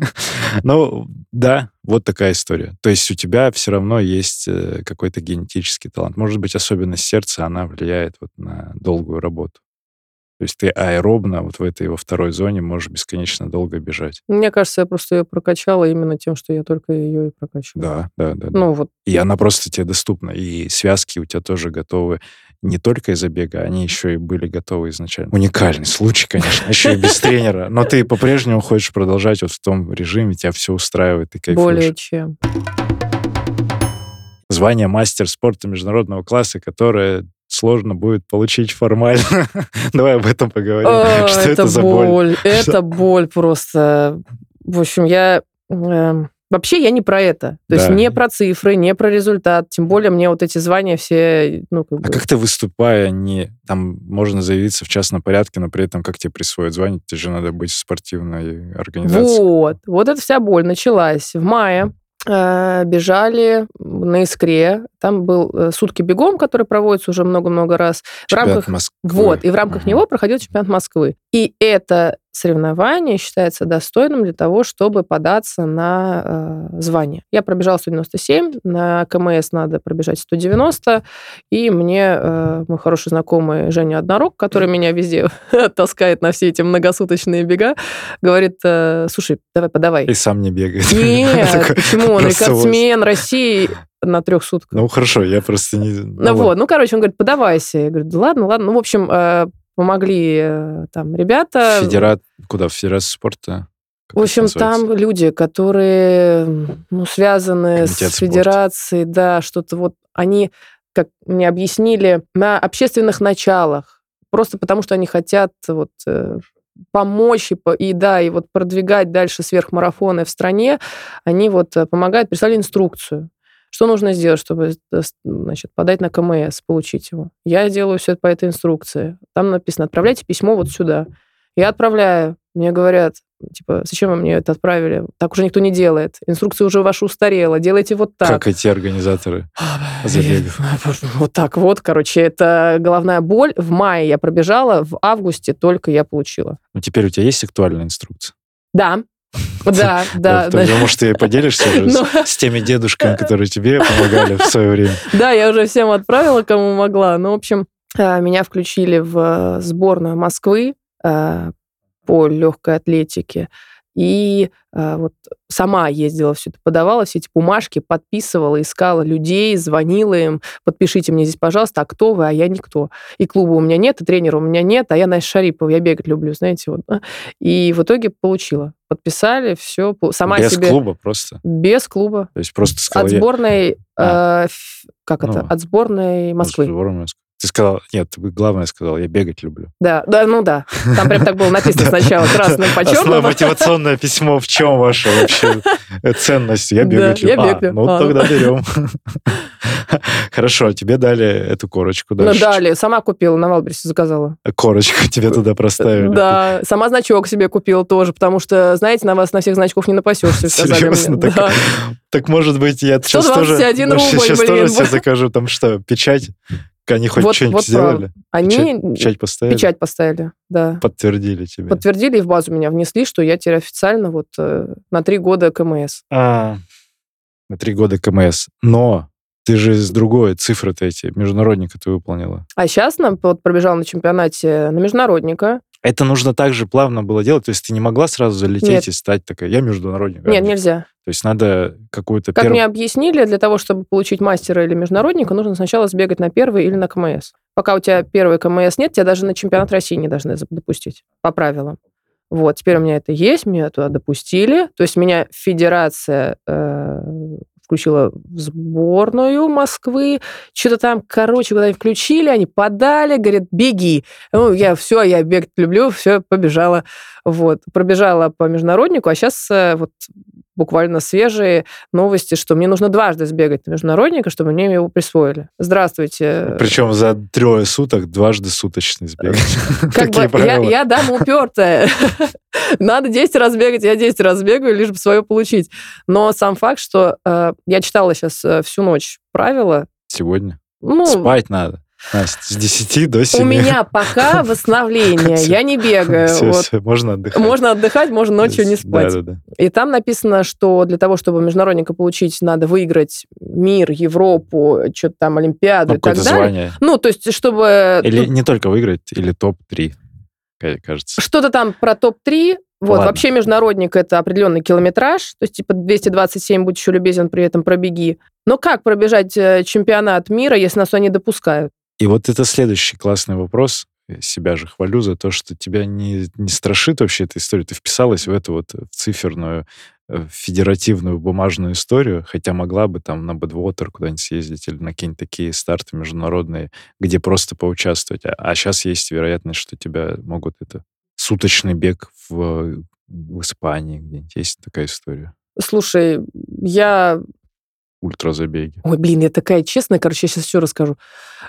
Да, вот такая история. То есть у тебя все равно есть какой-то генетический талант. Может быть, особенность сердца, она влияет вот на долгую работу. То есть ты аэробно вот в этой во второй зоне можешь бесконечно долго бежать. Мне кажется, я просто ее прокачала именно тем, что я только ее и прокачивала. Да. Вот. И она просто тебе доступна. И связки у тебя тоже готовы не только из-за бега, они еще и были готовы изначально. Уникальный случай, конечно, еще и без тренера. Но ты по-прежнему хочешь продолжать вот в том режиме, тебя все устраивает, ты кайфуешь. Более чем. Звание мастер спорта международного класса, которое сложно будет получить формально. Давай об этом поговорим. Что это за боль? Это боль просто. В общем, вообще я не про это. То есть не про цифры, не про результат. Тем более мне вот эти звания все... А как ты, выступая, там можно заявиться в частном порядке, но при этом как тебе присвоят звание? Тебе же надо быть в спортивной организации. Вот эта вся боль началась в мае. Бежали на Искре. Там был сутки бегом, который проводится уже много-много раз. Чемпионат Москвы. Вот, и в рамках него проходил чемпионат Москвы. И это соревнование считается достойным для того, чтобы податься на звание. Я пробежала 197, на КМС надо пробежать 190, и мне мой хороший знакомый Женя Однорог, который меня везде таскает на все эти многосуточные бега, говорит, слушай, давай подавай. И сам не бегает. Нет, почему? Он рекордсмен России на 3 сутках. Хорошо, я просто не... он говорит, подавайся. Я говорю, да ладно. В общем, помогли там ребята. Куда? В Федерацию спорта? В общем, там люди, которые связаны Комитет с федерацией, да, что-то вот они, как мне объяснили, на общественных началах, просто потому что они хотят вот помочь и вот продвигать дальше сверхмарафоны в стране, они вот помогают, прислали инструкцию. Что нужно сделать, чтобы, значит, подать на КМС, получить его? Я делаю все это по этой инструкции. Там написано, отправляйте письмо вот сюда. Я отправляю. Мне говорят, типа, зачем вы мне это отправили? Так уже никто не делает. Инструкция уже ваша устарела. Делайте вот так. Как эти организаторы забегов. Вот так вот, короче, это головная боль. В мае я пробежала, в августе только я получила. Ну, теперь у тебя есть актуальная инструкция? Да. Да. Потому что ты поделишься уже с теми дедушками, которые тебе помогали в свое время. Да, я уже всем отправила, кому могла. Ну, в общем, меня включили в сборную Москвы по легкой атлетике. И вот сама ездила, все это подавала, все эти бумажки, подписывала, искала людей, звонила им, подпишите мне здесь, пожалуйста, а кто вы, а я никто. И клуба у меня нет, и тренера у меня нет, а я Настя Шарипова, я бегать люблю, знаете, вот. И в итоге получила. Подписали, все. Сама без себе... клуба просто? Без клуба. То есть просто сказала... От сборной... От сборной Москвы. Сборной Москвы. Ты сказал, нет, ты главное сказал, я бегать люблю. Да. Там прям так было написано сначала красным по черному. Основное мотивационное письмо, в чем ваша вообще ценность? Я бегать люблю. Я бегаю. Ну, тогда берем. Хорошо, тебе дали эту корочку дальше. Ну, дали. Сама купила, на Валбересе заказала. Корочку тебе туда проставили. Да. Сама значок себе купила тоже, потому что, знаете, на вас на всех значков не напасешься. Серьезно? Так, может быть, я сейчас тоже... 121 рубль, сейчас тоже себе закажу. Там что, печать? Они хоть что-нибудь сделали? Они печать поставили? Печать поставили, да. Подтвердили тебе? Подтвердили и в базу меня внесли, что я теперь официально вот на 3 года КМС. На 3 года КМС. Но ты же с другой цифры-то эти, международника ты выполнила. А сейчас вот пробежала на чемпионате на международника. Это нужно так же плавно было делать? То есть ты не могла сразу залететь и стать такой, я международник? Нет, нельзя. То есть надо какую-то... Как мне объяснили, для того, чтобы получить мастера или международника, нужно сначала сбегать на первый или на КМС. Пока у тебя первый КМС нет, тебя даже на чемпионат России не должны допустить по правилам. Вот, теперь у меня это есть, меня туда допустили. То есть меня федерация включила в сборную Москвы. Что-то там, куда-нибудь включили, они подали, говорят, беги. Ну, я бегать люблю, все, побежала. Вот, пробежала по международнику, а сейчас вот буквально свежие новости, что мне нужно дважды сбегать на международника, чтобы мне его присвоили. Здравствуйте. Причем за 3 суток дважды суточный сбегать. Как бы я дама упертая. Надо 10 раз бегать, я 10 раз бегаю, лишь бы свое получить. Но сам факт, что я читала сейчас всю ночь правила. Сегодня? Спать надо. Настя, с 10 до 7. У меня пока восстановление, я не бегаю. Все, можно отдыхать. Можно отдыхать, можно ночью не спать. Да. И там написано, что для того, чтобы международника получить, надо выиграть мир, Европу, что-то там, Олимпиаду и так далее. Звание. Ну, то есть, чтобы... Или не только выиграть, или топ-3, кажется. Что-то там про топ-3. Вот, вообще международник — это определенный километраж, то есть типа 227, будь еще любезен, при этом пробеги. Но как пробежать чемпионат мира, если нас туда не допускают? И вот это следующий классный вопрос. Я себя же хвалю за то, что тебя не страшит вообще эта история. Ты вписалась в эту вот циферную, федеративную бумажную историю, хотя могла бы там на Бэдвотер куда-нибудь съездить или на какие-нибудь такие старты международные, где просто поучаствовать. А сейчас есть вероятность, что тебя могут суточный бег в Испании где-нибудь. Есть такая история? Слушай, я... Ультразабеги. Ой, блин, я такая честная, короче, я сейчас все расскажу.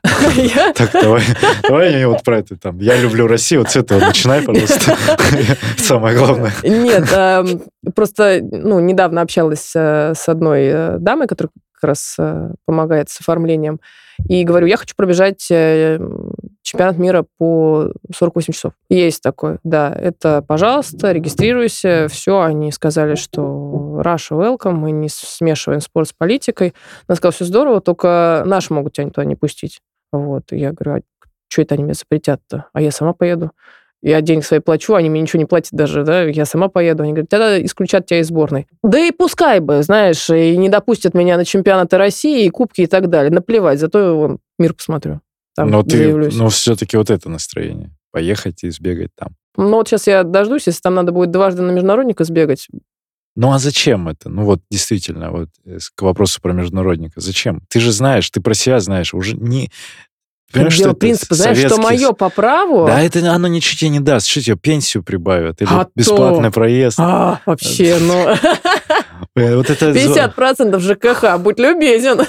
Так, давай вот про это там. Я люблю Россию, вот с этого начинай, пожалуйста. Самое главное. Нет, просто недавно общалась с одной дамой, которая как раз помогает с оформлением, и говорю, я хочу пробежать чемпионат мира по 48 часов. Есть такой, да. Это, пожалуйста, регистрируйся. Все, они сказали, что Russia welcome, мы не смешиваем спорт с политикой. Она сказала, все здорово, только наши могут тебя туда не пустить. Вот. И я говорю, а что это они меня запретят-то? А я сама поеду. Я денег свои плачу, они мне ничего не платят даже, да, я сама поеду. Они говорят, тогда исключат тебя из сборной. Да и пускай бы, знаешь, и не допустят меня на чемпионаты России, и кубки и так далее. Наплевать, зато мир посмотрю. Но все-таки вот это настроение. Поехать и сбегать там. Ну вот сейчас я дождусь, если там надо будет дважды на международника сбегать. Ну а зачем это? Ну вот действительно, вот к вопросу про международника. Зачем? Ты же знаешь, ты про себя знаешь, уже не... Понимаешь, что принцип, знаешь, что мое по праву... Да, это оно ничего тебе не даст. Что тебе пенсию прибавят? Или бесплатный проезд? Вообще, ну... Вот это 50% ЖКХ, будь любезен.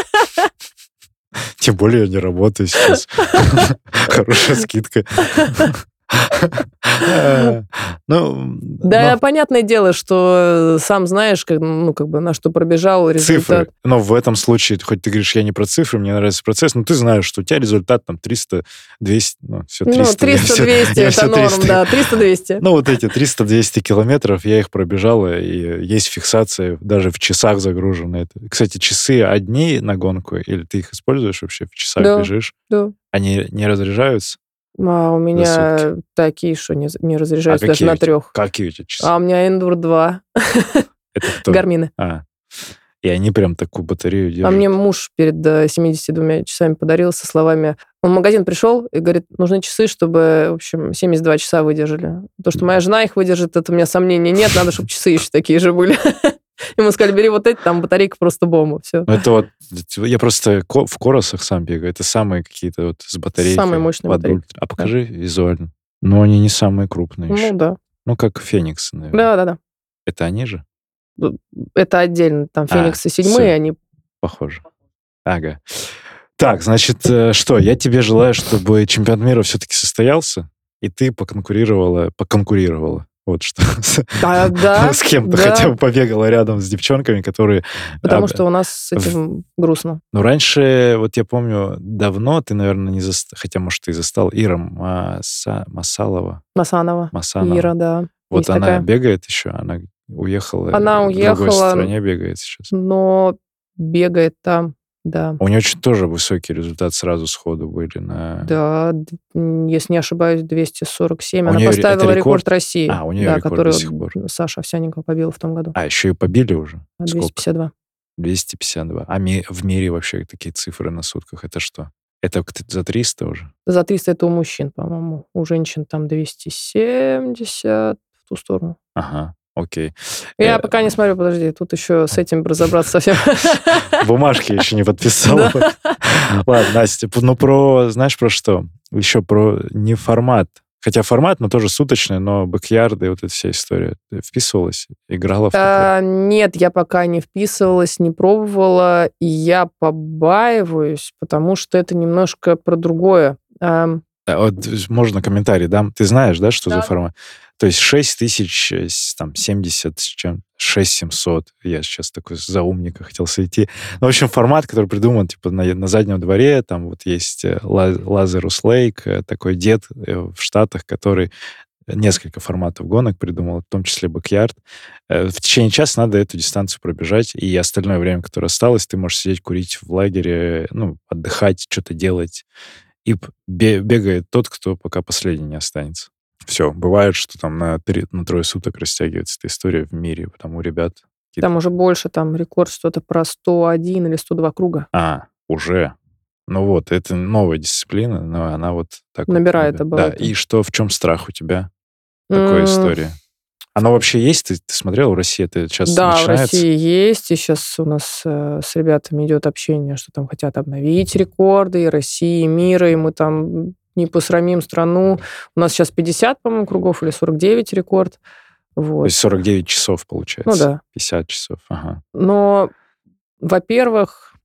Тем более я не работаю сейчас. Хорошая скидка. Да, понятное дело, что сам знаешь, на что пробежал результат. Цифры. Но в этом случае, хоть ты говоришь, я не про цифры, мне нравится процесс, но ты знаешь, что у тебя результат там 300, 200, все 300. 300-200 это норм, да, 300-200. Вот эти 300-200 километров я их пробежал, и есть фиксация, даже в часах загружены. Кстати, часы одни на гонку, или ты их используешь вообще, в часах бежишь? Да. Они не разряжаются? А у меня такие, что не разряжаются даже на 3. Какие у тебя часы? А у меня Endur 2. Это кто? Гармины. И они прям такую батарею держат. А мне муж перед 72 часами подарил со словами... Он в магазин пришел и говорит, нужны часы, чтобы, в общем, 72 часа выдержали. То, что моя жена их выдержит, это у меня сомнений нет. Надо, чтобы часы еще такие же были. Ему сказали, бери вот эти, там батарейка просто бомба. Все. Это вот... Я просто в Коросах сам бегаю. Это самые какие-то вот с батарейкой. Самые мощные батарейки. А покажи визуально. Но они не самые крупные еще. Да. Как Фениксы, наверное. Да. Это они же? Это отдельно. Там Фениксы 7, они... Похоже. Ага. Так, значит, что? Я тебе желаю, чтобы чемпионат мира все-таки состоялся, и ты поконкурировала. Вот что. Да. С кем-то хотя бы побегала рядом с девчонками, которые... Потому что у нас с этим грустно. Раньше, вот я помню, давно ты, наверное, не застал, хотя, может, ты и застал, Ира Масанова. Ира, да. Вот она такая. Бегает еще, она уехала. Она уехала. В другой стране бегает сейчас. Но бегает там. Да. У нее очень тоже высокий результат сразу сходу были. Да, если не ошибаюсь, 247. Она поставила рекорд России. У нее рекорд который до сих пор. Саша Овсянникова побила в том году. Еще и побили уже? 252. 252. А в мире вообще такие цифры на сутках, это что? Это за 300 уже? За 300 это у мужчин, по-моему. У женщин там 270 в ту сторону. Ага. Окей. Я пока не смотрю, подожди, тут еще с этим разобраться совсем. Бумажки еще не подписал. Ладно, Настя, знаешь про что? Еще про не формат. Хотя формат, но тоже суточный, но бэкьярды, вот эта вся история. Ты вписывалась? Играла в такое? Нет, я пока не вписывалась, не пробовала, и я побаиваюсь, потому что это немножко про другое. Вот можно комментарий дам. Ты знаешь, да, что за формат? То есть 6070 с чем? 6700. Я сейчас такой за умника хотел сойти. В общем, формат, который придуман типа на заднем дворе. Там вот есть Лазарус Лейк, такой дед в Штатах, который несколько форматов гонок придумал, в том числе бэкьярд. В течение часа надо эту дистанцию пробежать, и остальное время, которое осталось, ты можешь сидеть, курить в лагере, отдыхать, что-то делать. И бегает тот, кто пока последний не останется. Все. Бывает, что там на 3 суток растягивается эта история в мире, потому ребят... Там уже больше, там рекорд что-то про 101 или 102 круга. Уже. Это новая дисциплина, но она вот так набирает обороты. Да, и в чем страх у тебя? Такой истории. Оно вообще есть? Ты смотрел в России? Это сейчас начинается? Да, в России есть. И сейчас у нас с ребятами идет общение, что там хотят обновить рекорды и России, и мира, и мы там не посрамим страну. У нас сейчас 50, по-моему, кругов или 49 рекорд. Вот. То есть 49 часов, получается? Ну да. 50 часов, ага. Но, во-первых,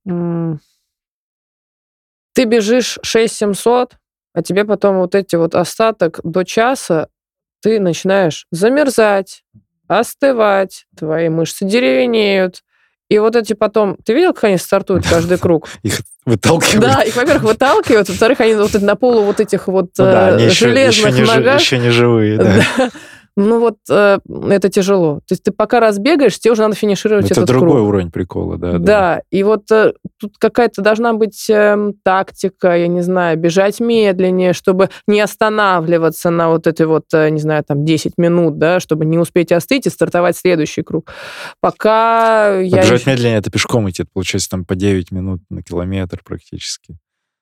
ты бежишь 6700, а тебе потом вот эти вот остаток до часа ты начинаешь замерзать, остывать, твои мышцы деревенеют. И вот эти потом... Ты видел, как они стартуют каждый круг? Их выталкивают. Да, их, во-первых, выталкивают, во-вторых, они на полу вот этих вот железных ногах. Еще не живые, да. Это тяжело. То есть ты пока разбегаешь, тебе уже надо финишировать этот круг. Это другой уровень прикола, да. Да, и вот тут какая-то должна быть тактика, я не знаю, бежать медленнее, чтобы не останавливаться на вот этой вот, не знаю, там 10 минут, да, чтобы не успеть остыть и стартовать следующий круг. Пока я... Бежать медленнее, это пешком идти, это получается там по 9 минут на километр практически.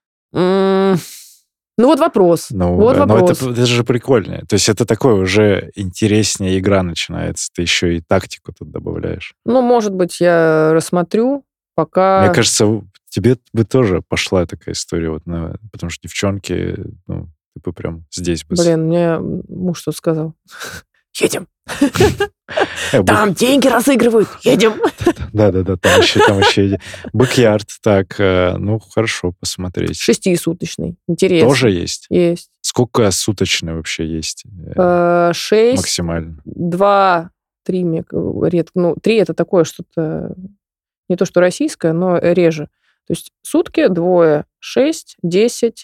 Вопрос. Вопрос. Это же прикольно. То есть это такое уже интереснее игра начинается. Ты еще и тактику тут добавляешь. Может быть, я рассмотрю, пока... Мне кажется, тебе бы тоже пошла такая история, потому что девчонки, ты бы прям здесь бы... Блин, мне муж что-то сказал. Едем. Там деньги разыгрывают, едем. Да-да-да, там еще бэк-ярд. Так, ну, хорошо посмотреть. 6-суточный. Интересно. Тоже есть? Есть. Сколько суточный вообще есть? 6. Максимально. 2, 3 редко. Ну, 3 это такое что-то не то, что российское, но реже. То есть сутки, 2, 6, 10.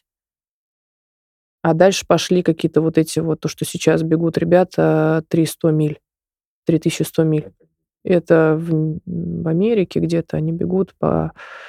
А дальше пошли какие-то вот эти вот, то, что сейчас бегут ребята, 300 миль. 3100 миль. Это в Америке где-то они бегут по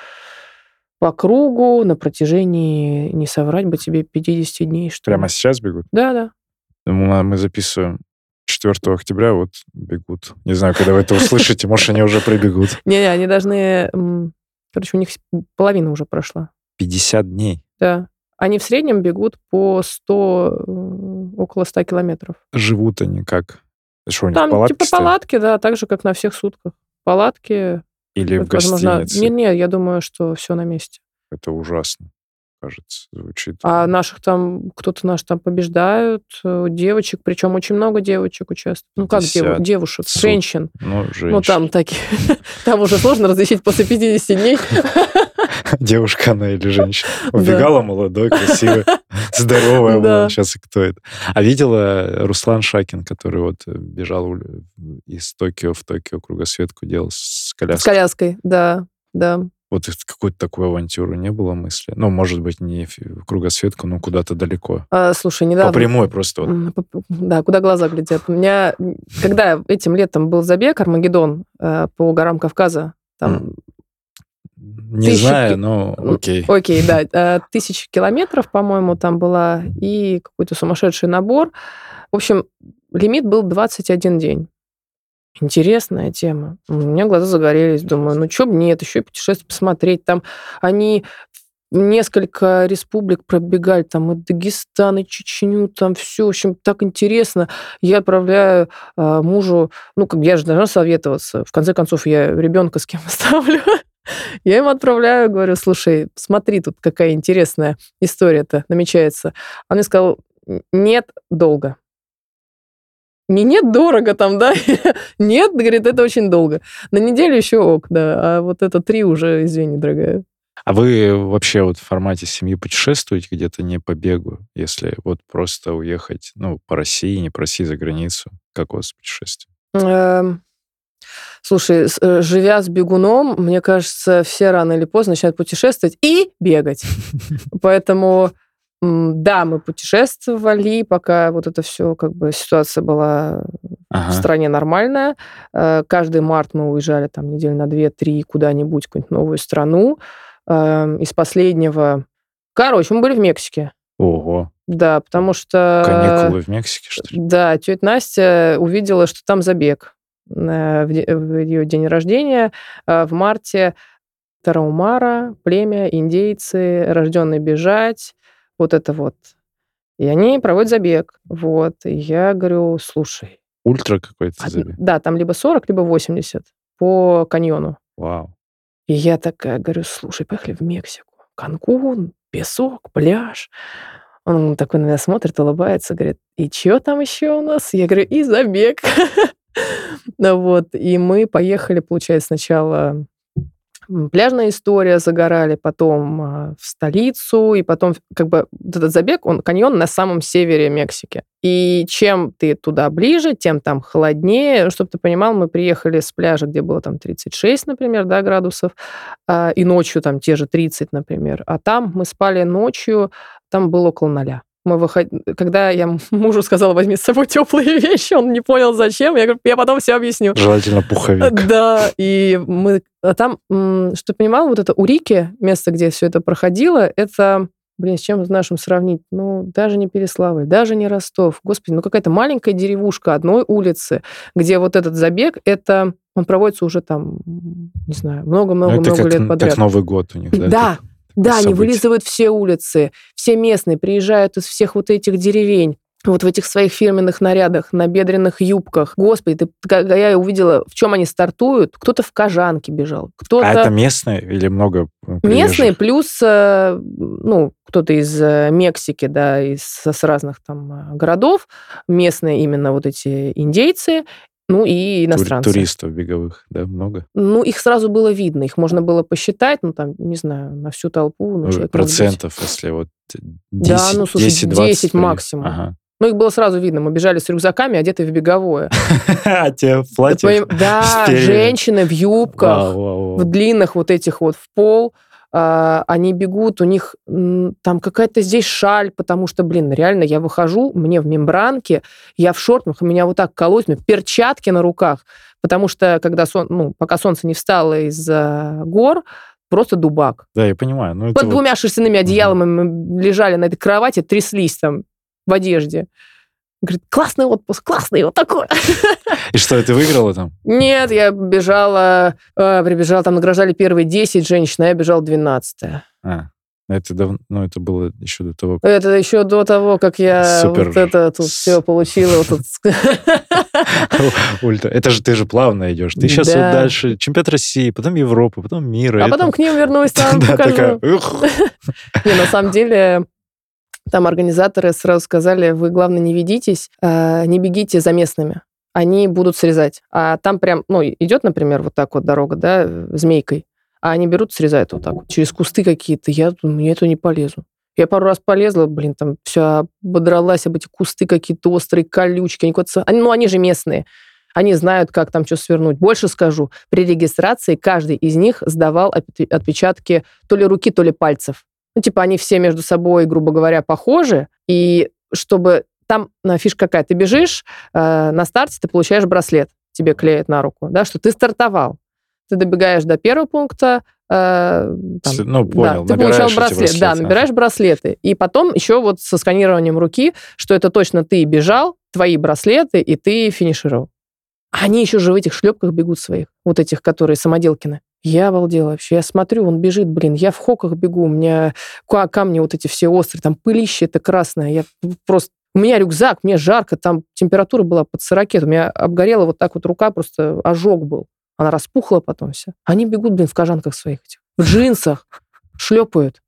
кругу на протяжении, не соврать бы тебе, 50 дней, что ли. Прямо сейчас бегут? Да. Мы записываем 4 октября, вот бегут. Не знаю, когда вы это услышите, может, они уже прибегут. Не-не, они должны... Короче, у них половина уже прошла. 50 дней? Да. Они в среднем бегут по 100, около 100 километров. Живут они как? Что, у них Там палатки типа стоят? палатки, да, так же, как на всех сутках. Палатки. Или в Возможно, гостинице? Не, я думаю, что все на месте. Это ужасно, кажется, звучит. А наших там, кто-то наш там побеждают, девочек, причем очень много девочек участвует. Ну, как 50 девушек, суток. женщин. Ну, женщин. Ну, там такие... Там уже сложно различить после 50 дней. Девушка она или женщина. Убегала молодой, красивой, здоровая была. Сейчас и кто это? А видела Руслан Шакин, который вот бежал из Токио в Токио, кругосветку делал с коляской? С коляской, да. Вот какой-то такой авантюры не было мысли? Ну, может быть, не в кругосветку, но куда-то далеко. Слушай, недавно... По прямой просто. Вот. Да, куда глаза глядят. У меня, когда этим летом был забег Армагеддон по горам Кавказа, там... Не знаю, но окей. Окей, да. 1000 километров, по-моему, там была, и какой-то сумасшедший набор. В общем, лимит был 21 день. Интересная тема. У меня глаза загорелись. Думаю, ну что бы нет, еще и путешествие посмотреть. Там они несколько республик пробегали, там и Дагестан, и Чечню, там все, в общем, так интересно. Я отправляю мужу, ну, как я же должна советоваться. В конце концов, я ребенка с кем оставлю. Я ему отправляю, говорю, слушай, смотри, тут какая интересная история-то намечается. Он мне сказал, нет, долго. Не нет, дорого там, да? Нет, говорит, это очень долго. На неделю еще ок, да. А вот это 3 уже, извини, дорогая. А вы вообще вот в формате семьи путешествуете где-то не по бегу, если вот просто уехать, ну, по России, не по России, за границу? Как у вас путешествие? Слушай, живя с бегуном, мне кажется, все рано или поздно начинают путешествовать и бегать. Поэтому, да, мы путешествовали, пока вот это все, как бы, ситуация была в стране нормальная. Каждый март мы уезжали там недели на 2-3 куда-нибудь, в какую-нибудь новую страну. Из последнего... Короче, мы были в Мексике. Ого. Да, потому что... Каникулы в Мексике, что ли? Да, тетя Настя увидела, что там забег в ее день рождения в марте. Тарахумара, племя, индейцы, рожденные бежать, вот это вот. И они проводят забег. Вот. И я говорю, слушай... Ультра какой-то забег? Да, там либо 40, либо 80 по каньону. Вау. И я такая говорю, слушай, поехали в Мексику. Канкун, песок, пляж. Он такой на меня смотрит, улыбается, говорит, и что там еще у нас? Я говорю, и забег. Вот. И мы поехали, получается, сначала пляжная история, загорали, потом в столицу, и потом как бы этот забег, каньон на самом севере Мексики. И чем ты туда ближе, тем там холоднее. Чтобы ты понимал, мы приехали с пляжа, где было там 36, например, да, градусов, и ночью там те же 30, например. А там мы спали ночью, там было около 0. Когда я мужу сказала, возьми с собой теплые вещи, он не понял, зачем. Я говорю, я потом все объясню. Желательно пуховик. Да, и мы... А там, чтобы ты понимал, вот это Урики, место, где все это проходило, это... С чем с нашим сравнить? Ну, даже не Переславль, даже не Ростов. Господи, какая-то маленькая деревушка одной улицы, где вот этот забег, он проводится уже там, не знаю, много-много лет подряд. Как Новый год у них, да? Да. Да, они вылизывают все улицы, все местные приезжают из всех вот этих деревень, вот в этих своих фирменных нарядах, на бедренных юбках. Господи, когда я увидела, в чем они стартуют, кто-то в кожанке бежал, кто-то... А это местные или много приезжих? Местные, плюс, кто-то из Мексики, да, с разных там городов, местные именно вот эти индейцы, Ну, и иностранцы. Туристов беговых, да, много? Ну, их сразу было видно, их можно было посчитать, ну, там, не знаю, на всю толпу. Ну, человек, процентов, если вот 10, да, ну, слушай, 10 максимум. Ага. Ну, их было сразу видно. Мы бежали с рюкзаками, одетые в беговое. А те в платьях? Да, женщины в юбках, в длинных вот этих вот в пол. Они бегут, у них там какая-то здесь шаль, потому что, реально, я выхожу, мне в мембранке, я в шортах, у меня вот так колоть, перчатки на руках, потому что, пока солнце не встало из-за гор, просто дубак. Да, я понимаю. Ну, под двумя шерстяными одеялами мы лежали на этой кровати, тряслись там в одежде. Говорит, классный отпуск, классный, вот такой. И что, ты выиграла там? Нет, я прибежала, там награждали первые 10 женщин, а я бежала 12-е. Это давно, это было еще до того, Это еще до того, как я Супер. вот это тут все получила. Ультра. Это же ты же плавно идешь. Ты сейчас вот дальше чемпионат России, потом Европы, потом мира. А потом к ним вернусь, там покажу. Не, на самом деле, там организаторы сразу сказали, вы, главное, не ведитесь, не бегите за местными. Они будут срезать. А там прям, идет, например, вот так вот дорога, да, змейкой, а они берут, срезают вот так вот, через кусты какие-то. Мне это не полезу. Я пару раз полезла, там все ободралась об эти кусты какие-то острые, колючки. Они же местные. Они знают, как там что свернуть. Больше скажу, при регистрации каждый из них сдавал отпечатки то ли руки, то ли пальцев. Они все между собой, грубо говоря, похожи. И чтобы... Там фишка какая? Ты бежишь, на старте ты получаешь браслет. Тебе клеят на руку, да, что ты стартовал. Ты добегаешь до первого пункта, понял, ты получал браслет. Да, набираешь браслеты. И потом еще вот со сканированием руки, что это точно ты бежал, твои браслеты, и ты финишировал. Они еще же в этих шлепках бегут своих, вот этих, которые самоделкины. Я обалдела вообще. Я смотрю, он бежит, я в хоках бегу, у меня камни вот эти все острые, там пылище это красное. Я просто... У меня рюкзак, мне жарко, там температура была под 40, у меня обгорела вот так вот рука, просто ожог был. Она распухла потом вся. Они бегут, в кожанках своих этих, в джинсах, шлепают.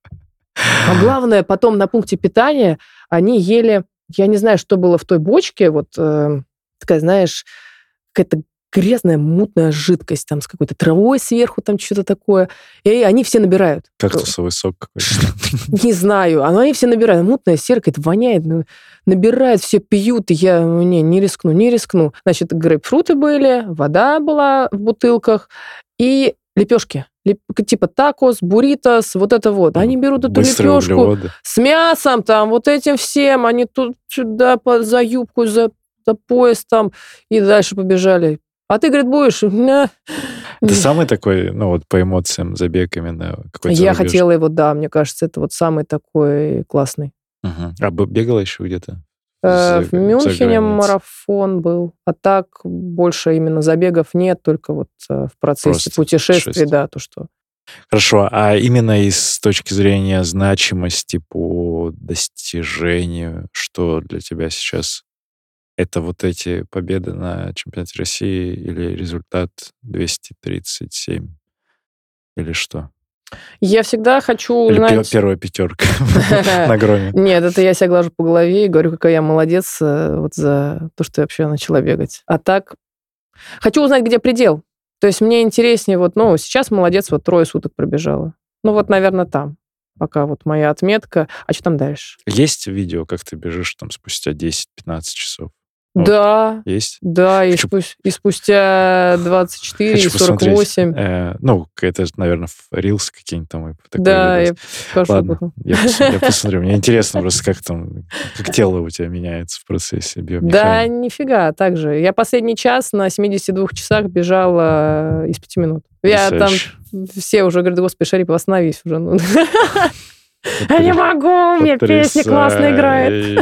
А главное, потом на пункте питания они ели, я не знаю, что было в той бочке, вот такая, знаешь, какая-то грязная, мутная жидкость, там, с какой-то травой сверху, там, что-то такое. И они все набирают. Кактусовый сок какой-то. Не знаю. Они все набирают. Мутная серка, это воняет. Набирают, все пьют. И я не рискну. Значит, грейпфруты были, вода была в бутылках и лепешки. Типа такос, бурритос, вот это вот. Они берут эту лепешку с мясом, там, вот этим всем. Они тут сюда за юбку, за пояс там и дальше побежали. А ты, говорит, будешь? Это самый такой, по эмоциям забег именно какой-то Я хотела его, да, мне кажется, это вот самый такой классный. Угу. А бегала еще где-то? В Мюнхене марафон был. А так больше именно забегов нет, только вот в процессе путешествий, да, то что. Хорошо, а именно с точки зрения значимости по достижению, что для тебя сейчас... Это вот эти победы на чемпионате России или результат 237? Или что? Я всегда хочу узнать... Или первая пятерка на громе? Нет, это я себя глажу по голове и говорю, какая я молодец вот за то, что я вообще начала бегать. А так, хочу узнать, где предел. То есть мне интереснее, сейчас молодец, 3 суток пробежала. Наверное, там. Пока вот моя отметка. А что там дальше? Есть видео, как ты бежишь там спустя 10-15 часов? Да. Есть? Да, и спустя 24 и 48. Это, наверное, рилсы какие-нибудь там. Да, я покажу. Ладно, я посмотрю. Мне интересно просто, как тело у тебя меняется в процессе биомеханики. Да, нифига, так же. Я последний час на 72 часах бежала из 5 минут. Я там, все уже говорят, господи, Шарипов, остановись уже. Я не могу, у меня песня классно играет.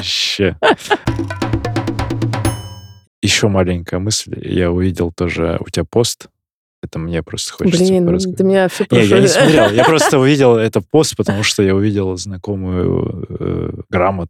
Еще маленькая мысль. Я увидел тоже у тебя пост. Это мне просто хочется ты меня все прошу. Я не смотрел. Я просто увидел это пост, потому что я увидел знакомую грамоту.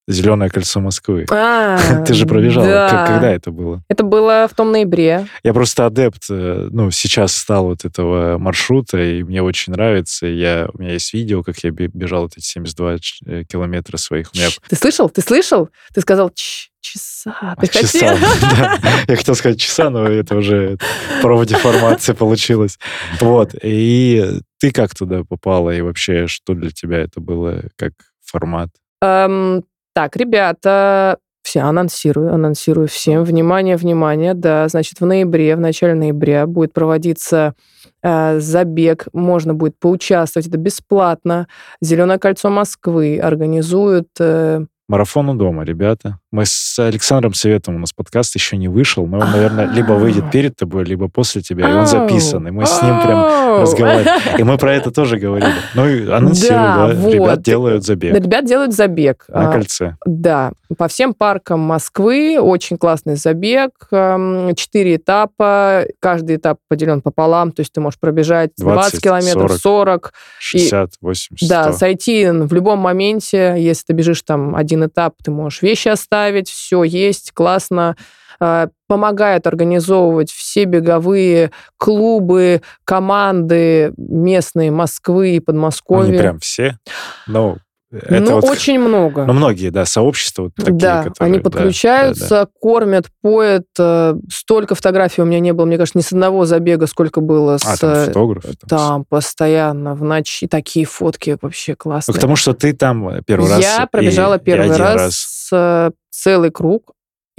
Зеленое кольцо Москвы. А, Ты же пробежала. да. Когда это было? Это было в том ноябре. Я просто адепт, сейчас стал вот этого маршрута, и мне очень нравится. У меня есть видео, как я бежал вот эти 72 километра своих. У меня Ты слышал? Ты сказал часа. Ты хотел? часа. Да. Я хотел сказать часа, но это уже профдеформация получилась. Вот. И ты как туда попала? И вообще, что для тебя это было как формат? Так, ребята, все, анонсирую всем. Внимание, да, значит, в начале ноября будет проводиться забег, можно будет поучаствовать, это бесплатно. Зеленое кольцо Москвы организует... Марафон у дома, ребята. Мы с Александром Советом, у нас подкаст еще не вышел, но он, наверное, либо выйдет перед тобой, либо после тебя, и он записан, и мы с ним прям разговариваем. И мы про это тоже говорили. Ну, и анонсируем, да, ребят делают забег. Ребят делают забег. На кольце. Да, по всем паркам Москвы, очень классный забег, 4 этапа, каждый этап поделен пополам, то есть ты можешь пробежать 20 километров, 40, 60, 80, 100. Да, сойти в любом моменте, если ты бежишь там один этап, ты можешь вещи оставить, все есть, классно. Помогают организовывать все беговые клубы, команды местные Москвы и Подмосковья. Не прям все, но... Это очень много. Но многие, да, сообщества вот такие, да, которые... они подключаются, кормят, поят. Столько фотографий у меня не было, мне кажется, ни с одного забега, сколько было. Там фотограф? Там постоянно в ночи такие фотки вообще классные. Потому что ты там первый раз... Я пробежала первый раз целый круг.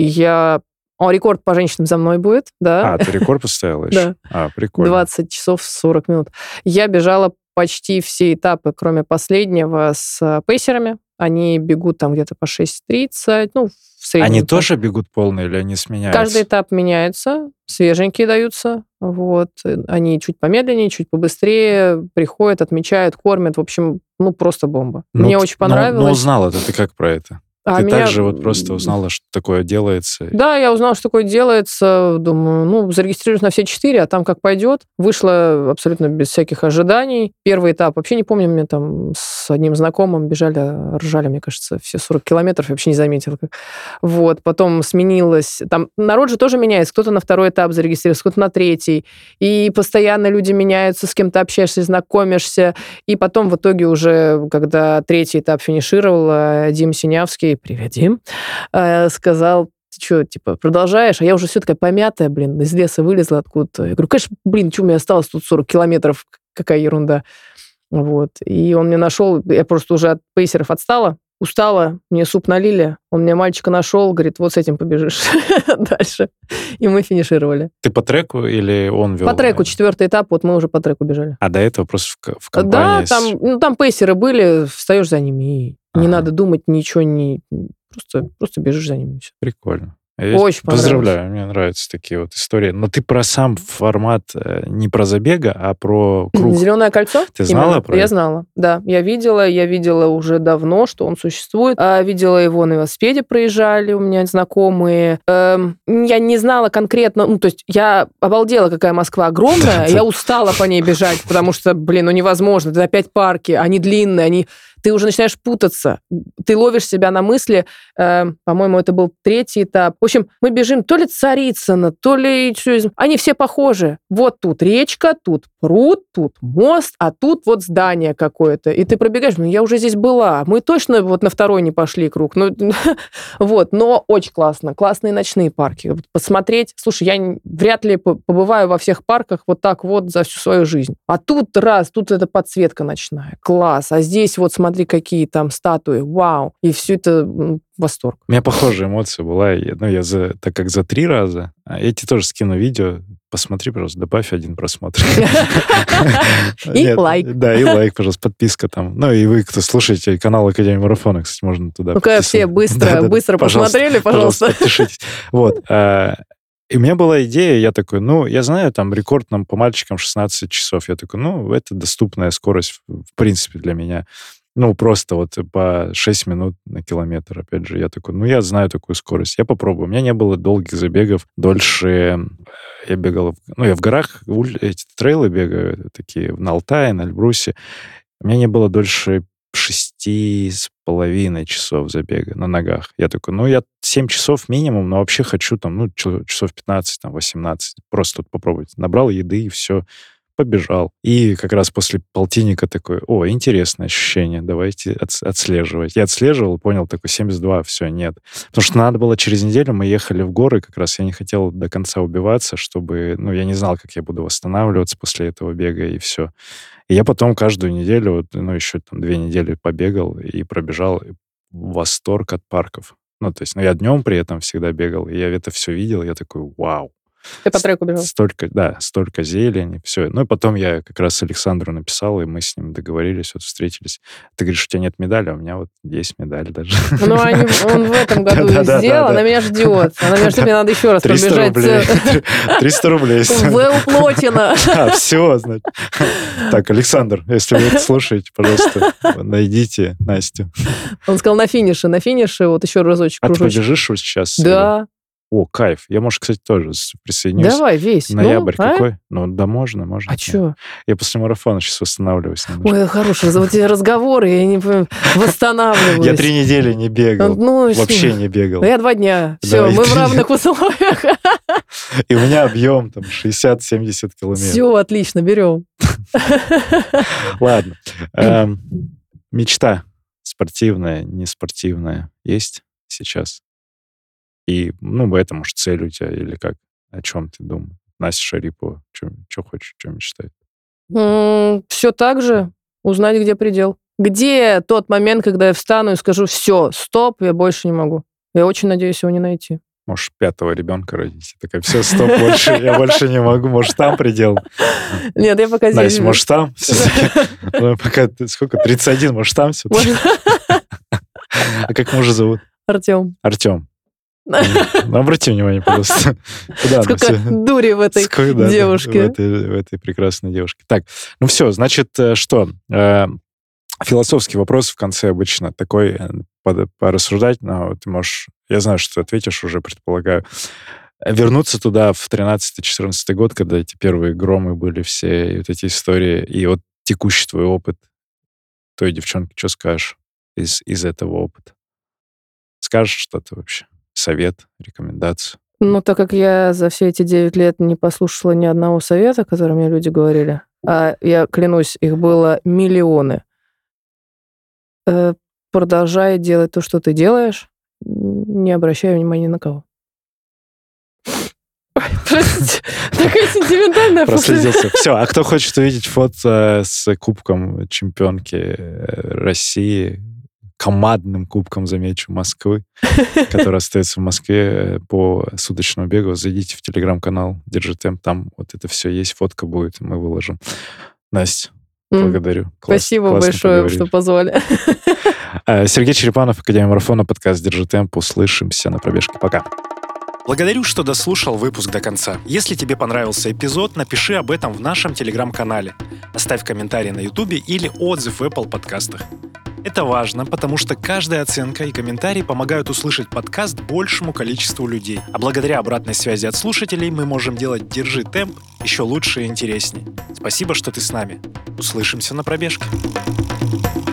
Рекорд по женщинам за мной будет, да. Ты рекорд поставила еще? Да. Прикольно. 20 часов 40 минут. Я бежала почти все этапы, кроме последнего, с пейсерами. Они бегут там где-то по 6:30, в среднем. Они тоже бегут полные или они сменяются? Каждый этап меняется, свеженькие даются. Вот. Они чуть помедленнее, чуть побыстрее приходят, отмечают, кормят. В общем, просто бомба. Мне очень понравилось. Но узнала ты как про это? Ты также вот просто узнала, что такое делается? Да, я узнала, что такое делается. Думаю, зарегистрируюсь на все 4, а там как пойдет. Вышла абсолютно без всяких ожиданий. Первый этап, вообще не помню, мне там с одним знакомым бежали, ржали, мне кажется, все 40 километров, я вообще не заметила. Вот, потом сменилось. Там народ же тоже меняется. Кто-то на второй этап зарегистрировался, кто-то на третий. И постоянно люди меняются, с кем-то общаешься, знакомишься. И потом в итоге уже, когда третий этап финишировал, Дим Синявский, привет, Дим, сказал, ты что, продолжаешь? А я уже все такая помятая, из леса вылезла откуда-то. Я говорю, конечно, что у меня осталось тут 40 километров, какая ерунда. Вот. И он мне нашел, я просто уже от пейсеров устала, мне суп налили, он мне мальчика нашел, говорит, вот с этим побежишь дальше. И мы финишировали. Ты по треку или он вел? По треку, 4-й этап, вот мы уже по треку бежали. А до этого просто в компании? Да, там пейсеры были, встаешь за ними, и не надо думать ничего, просто бежишь за ними. Все. Прикольно. Очень поздравляю, мне нравятся такие вот истории. Но ты про сам формат не про забега, а про круг. Зеленое кольцо? Ты знала про это? Я знала, да. Я видела уже давно, что он существует. Видела его на велосипеде, проезжали у меня знакомые. Я не знала конкретно, то есть я обалдела, какая Москва огромная, я устала по ней бежать, потому что, невозможно. Это опять парки, они длинные, ты уже начинаешь путаться. Ты ловишь себя на мысли. По-моему, это был 3-й этап. В общем, мы бежим то ли Царицыно, то ли... Они все похожи. Вот тут речка, тут пруд, тут мост, а тут вот здание какое-то. И ты пробегаешь, я уже здесь была. Мы точно вот на второй не пошли круг. Вот, но очень классно. Классные ночные парки. Посмотреть. Слушай, я вряд ли побываю во всех парках вот так вот за всю свою жизнь. А тут тут эта подсветка ночная. Класс. А здесь вот смотри, какие там статуи. Вау. И все это восторг. У меня похожая эмоция была. Так как за 3 раза. Я тебе тоже скину видео. Посмотри, пожалуйста, добавь 1 просмотр. И лайк. Да, и лайк, пожалуйста, подписка там. И вы, кто слушаете канал Академии Марафона, кстати, можно туда Ну-ка, все быстро посмотрели, пожалуйста. Подпишитесь. Вот. И у меня была идея, я такой, я знаю, там рекорд нам по мальчикам 16 часов. Я такой, это доступная скорость, в принципе, для меня. Просто вот по 6 минут на километр, опять же. Я такой, я знаю такую скорость, я попробую. У меня не было долгих забегов, дольше я бегал, я в горах эти трейлы бегаю, такие на Алтае, на Эльбрусе. У меня не было дольше 6,5 часов забега на ногах. Я такой, я 7 часов минимум, но вообще хочу там, часов 15, там, 18. Просто тут попробовать. Набрал еды и все, побежал. И как раз после полтинника такой, интересное ощущение, давайте отслеживать. Я отслеживал, понял, такой 72, все, нет. Потому что надо было через неделю, мы ехали в горы, как раз я не хотел до конца убиваться, чтобы, я не знал, как я буду восстанавливаться после этого бега, и все. И я потом каждую неделю, еще там 2 недели побегал и пробежал. Восторг от парков. То есть, я днем при этом всегда бегал, и я это все видел, я такой, вау. Ты по треку бежал? Столько зелени, все. И потом я как раз Александру написал, и мы с ним договорились, встретились. Ты говоришь, у тебя нет медали, а у меня вот есть медаль даже. Он в этом году их сделал, она меня ждет. Она меня ждет, мне надо еще раз пробежать. 300 рублей. Уже уплочено. Все, значит. Так, Александр, если вы это слушаете, пожалуйста, найдите Настю. Он сказал на финише, вот еще разочек. А ты побежишь сейчас? Да. О, кайф. Я, может, кстати, тоже присоединюсь. Давай, весь. Ноябрь какой? Да, можно. А что? Я после марафона сейчас восстанавливаюсь немножко. Ой, хороший. Вот эти разговоры, я не восстанавливаюсь. Я 3 недели не бегал. Вообще не бегал. Я 2 дня. Все, мы в равных условиях. И у меня объем там 60-70 километров. Все, отлично, берем. Ладно. Мечта спортивная, неспортивная есть сейчас? И, это, может, цель у тебя или как? О чем ты думаешь? Настя Шарипова, что хочешь, что мечтает? Все так же. Узнать, где предел. Где тот момент, когда я встану и скажу, все, стоп, я больше не могу. Я очень надеюсь его не найти. Может, 5-го ребенка родить. Такая, все, стоп, я больше не могу. Может, там предел? Нет, я пока здесь. Настя, может, там? Пока, сколько? 31, может, там все? А как мужа зовут? Артем. Обрати внимание, пожалуйста. Сколько дури в этой девушке. В этой прекрасной девушке. Так, все, значит, что? Философский вопрос в конце обычно такой, порассуждать, но ты можешь, я знаю, что ты ответишь уже, предполагаю, вернуться туда в 13-14 год, когда эти первые громы были все, и вот эти истории, и вот текущий твой опыт той девчонки, что скажешь из этого опыта? Скажешь что-то вообще? Совет, рекомендацию? Так как я за все эти 9 лет не послушала ни одного совета, который мне люди говорили, а я клянусь, их было миллионы, продолжай делать то, что ты делаешь, не обращая внимания ни на кого. Простите, такая сентиментальная. Проследился. Все, а кто хочет увидеть фото с кубком чемпионки России, командным кубком, замечу, Москвы, который остается в Москве по суточному бегу, зайдите в телеграм-канал «Держи темп», там вот это все есть, фотка будет, мы выложим. Настя, благодарю. Спасибо большое, что позвали. Сергей Черепанов, Академия марафона, подкаст «Держи темп». Услышимся на пробежке. Пока. Благодарю, что дослушал выпуск до конца. Если тебе понравился эпизод, напиши об этом в нашем телеграм-канале. Оставь комментарий на Ютубе или отзыв в Apple подкастах. Это важно, потому что каждая оценка и комментарий помогают услышать подкаст большему количеству людей. А благодаря обратной связи от слушателей мы можем делать «Держи темп» еще лучше и интереснее. Спасибо, что ты с нами. Услышимся на пробежке.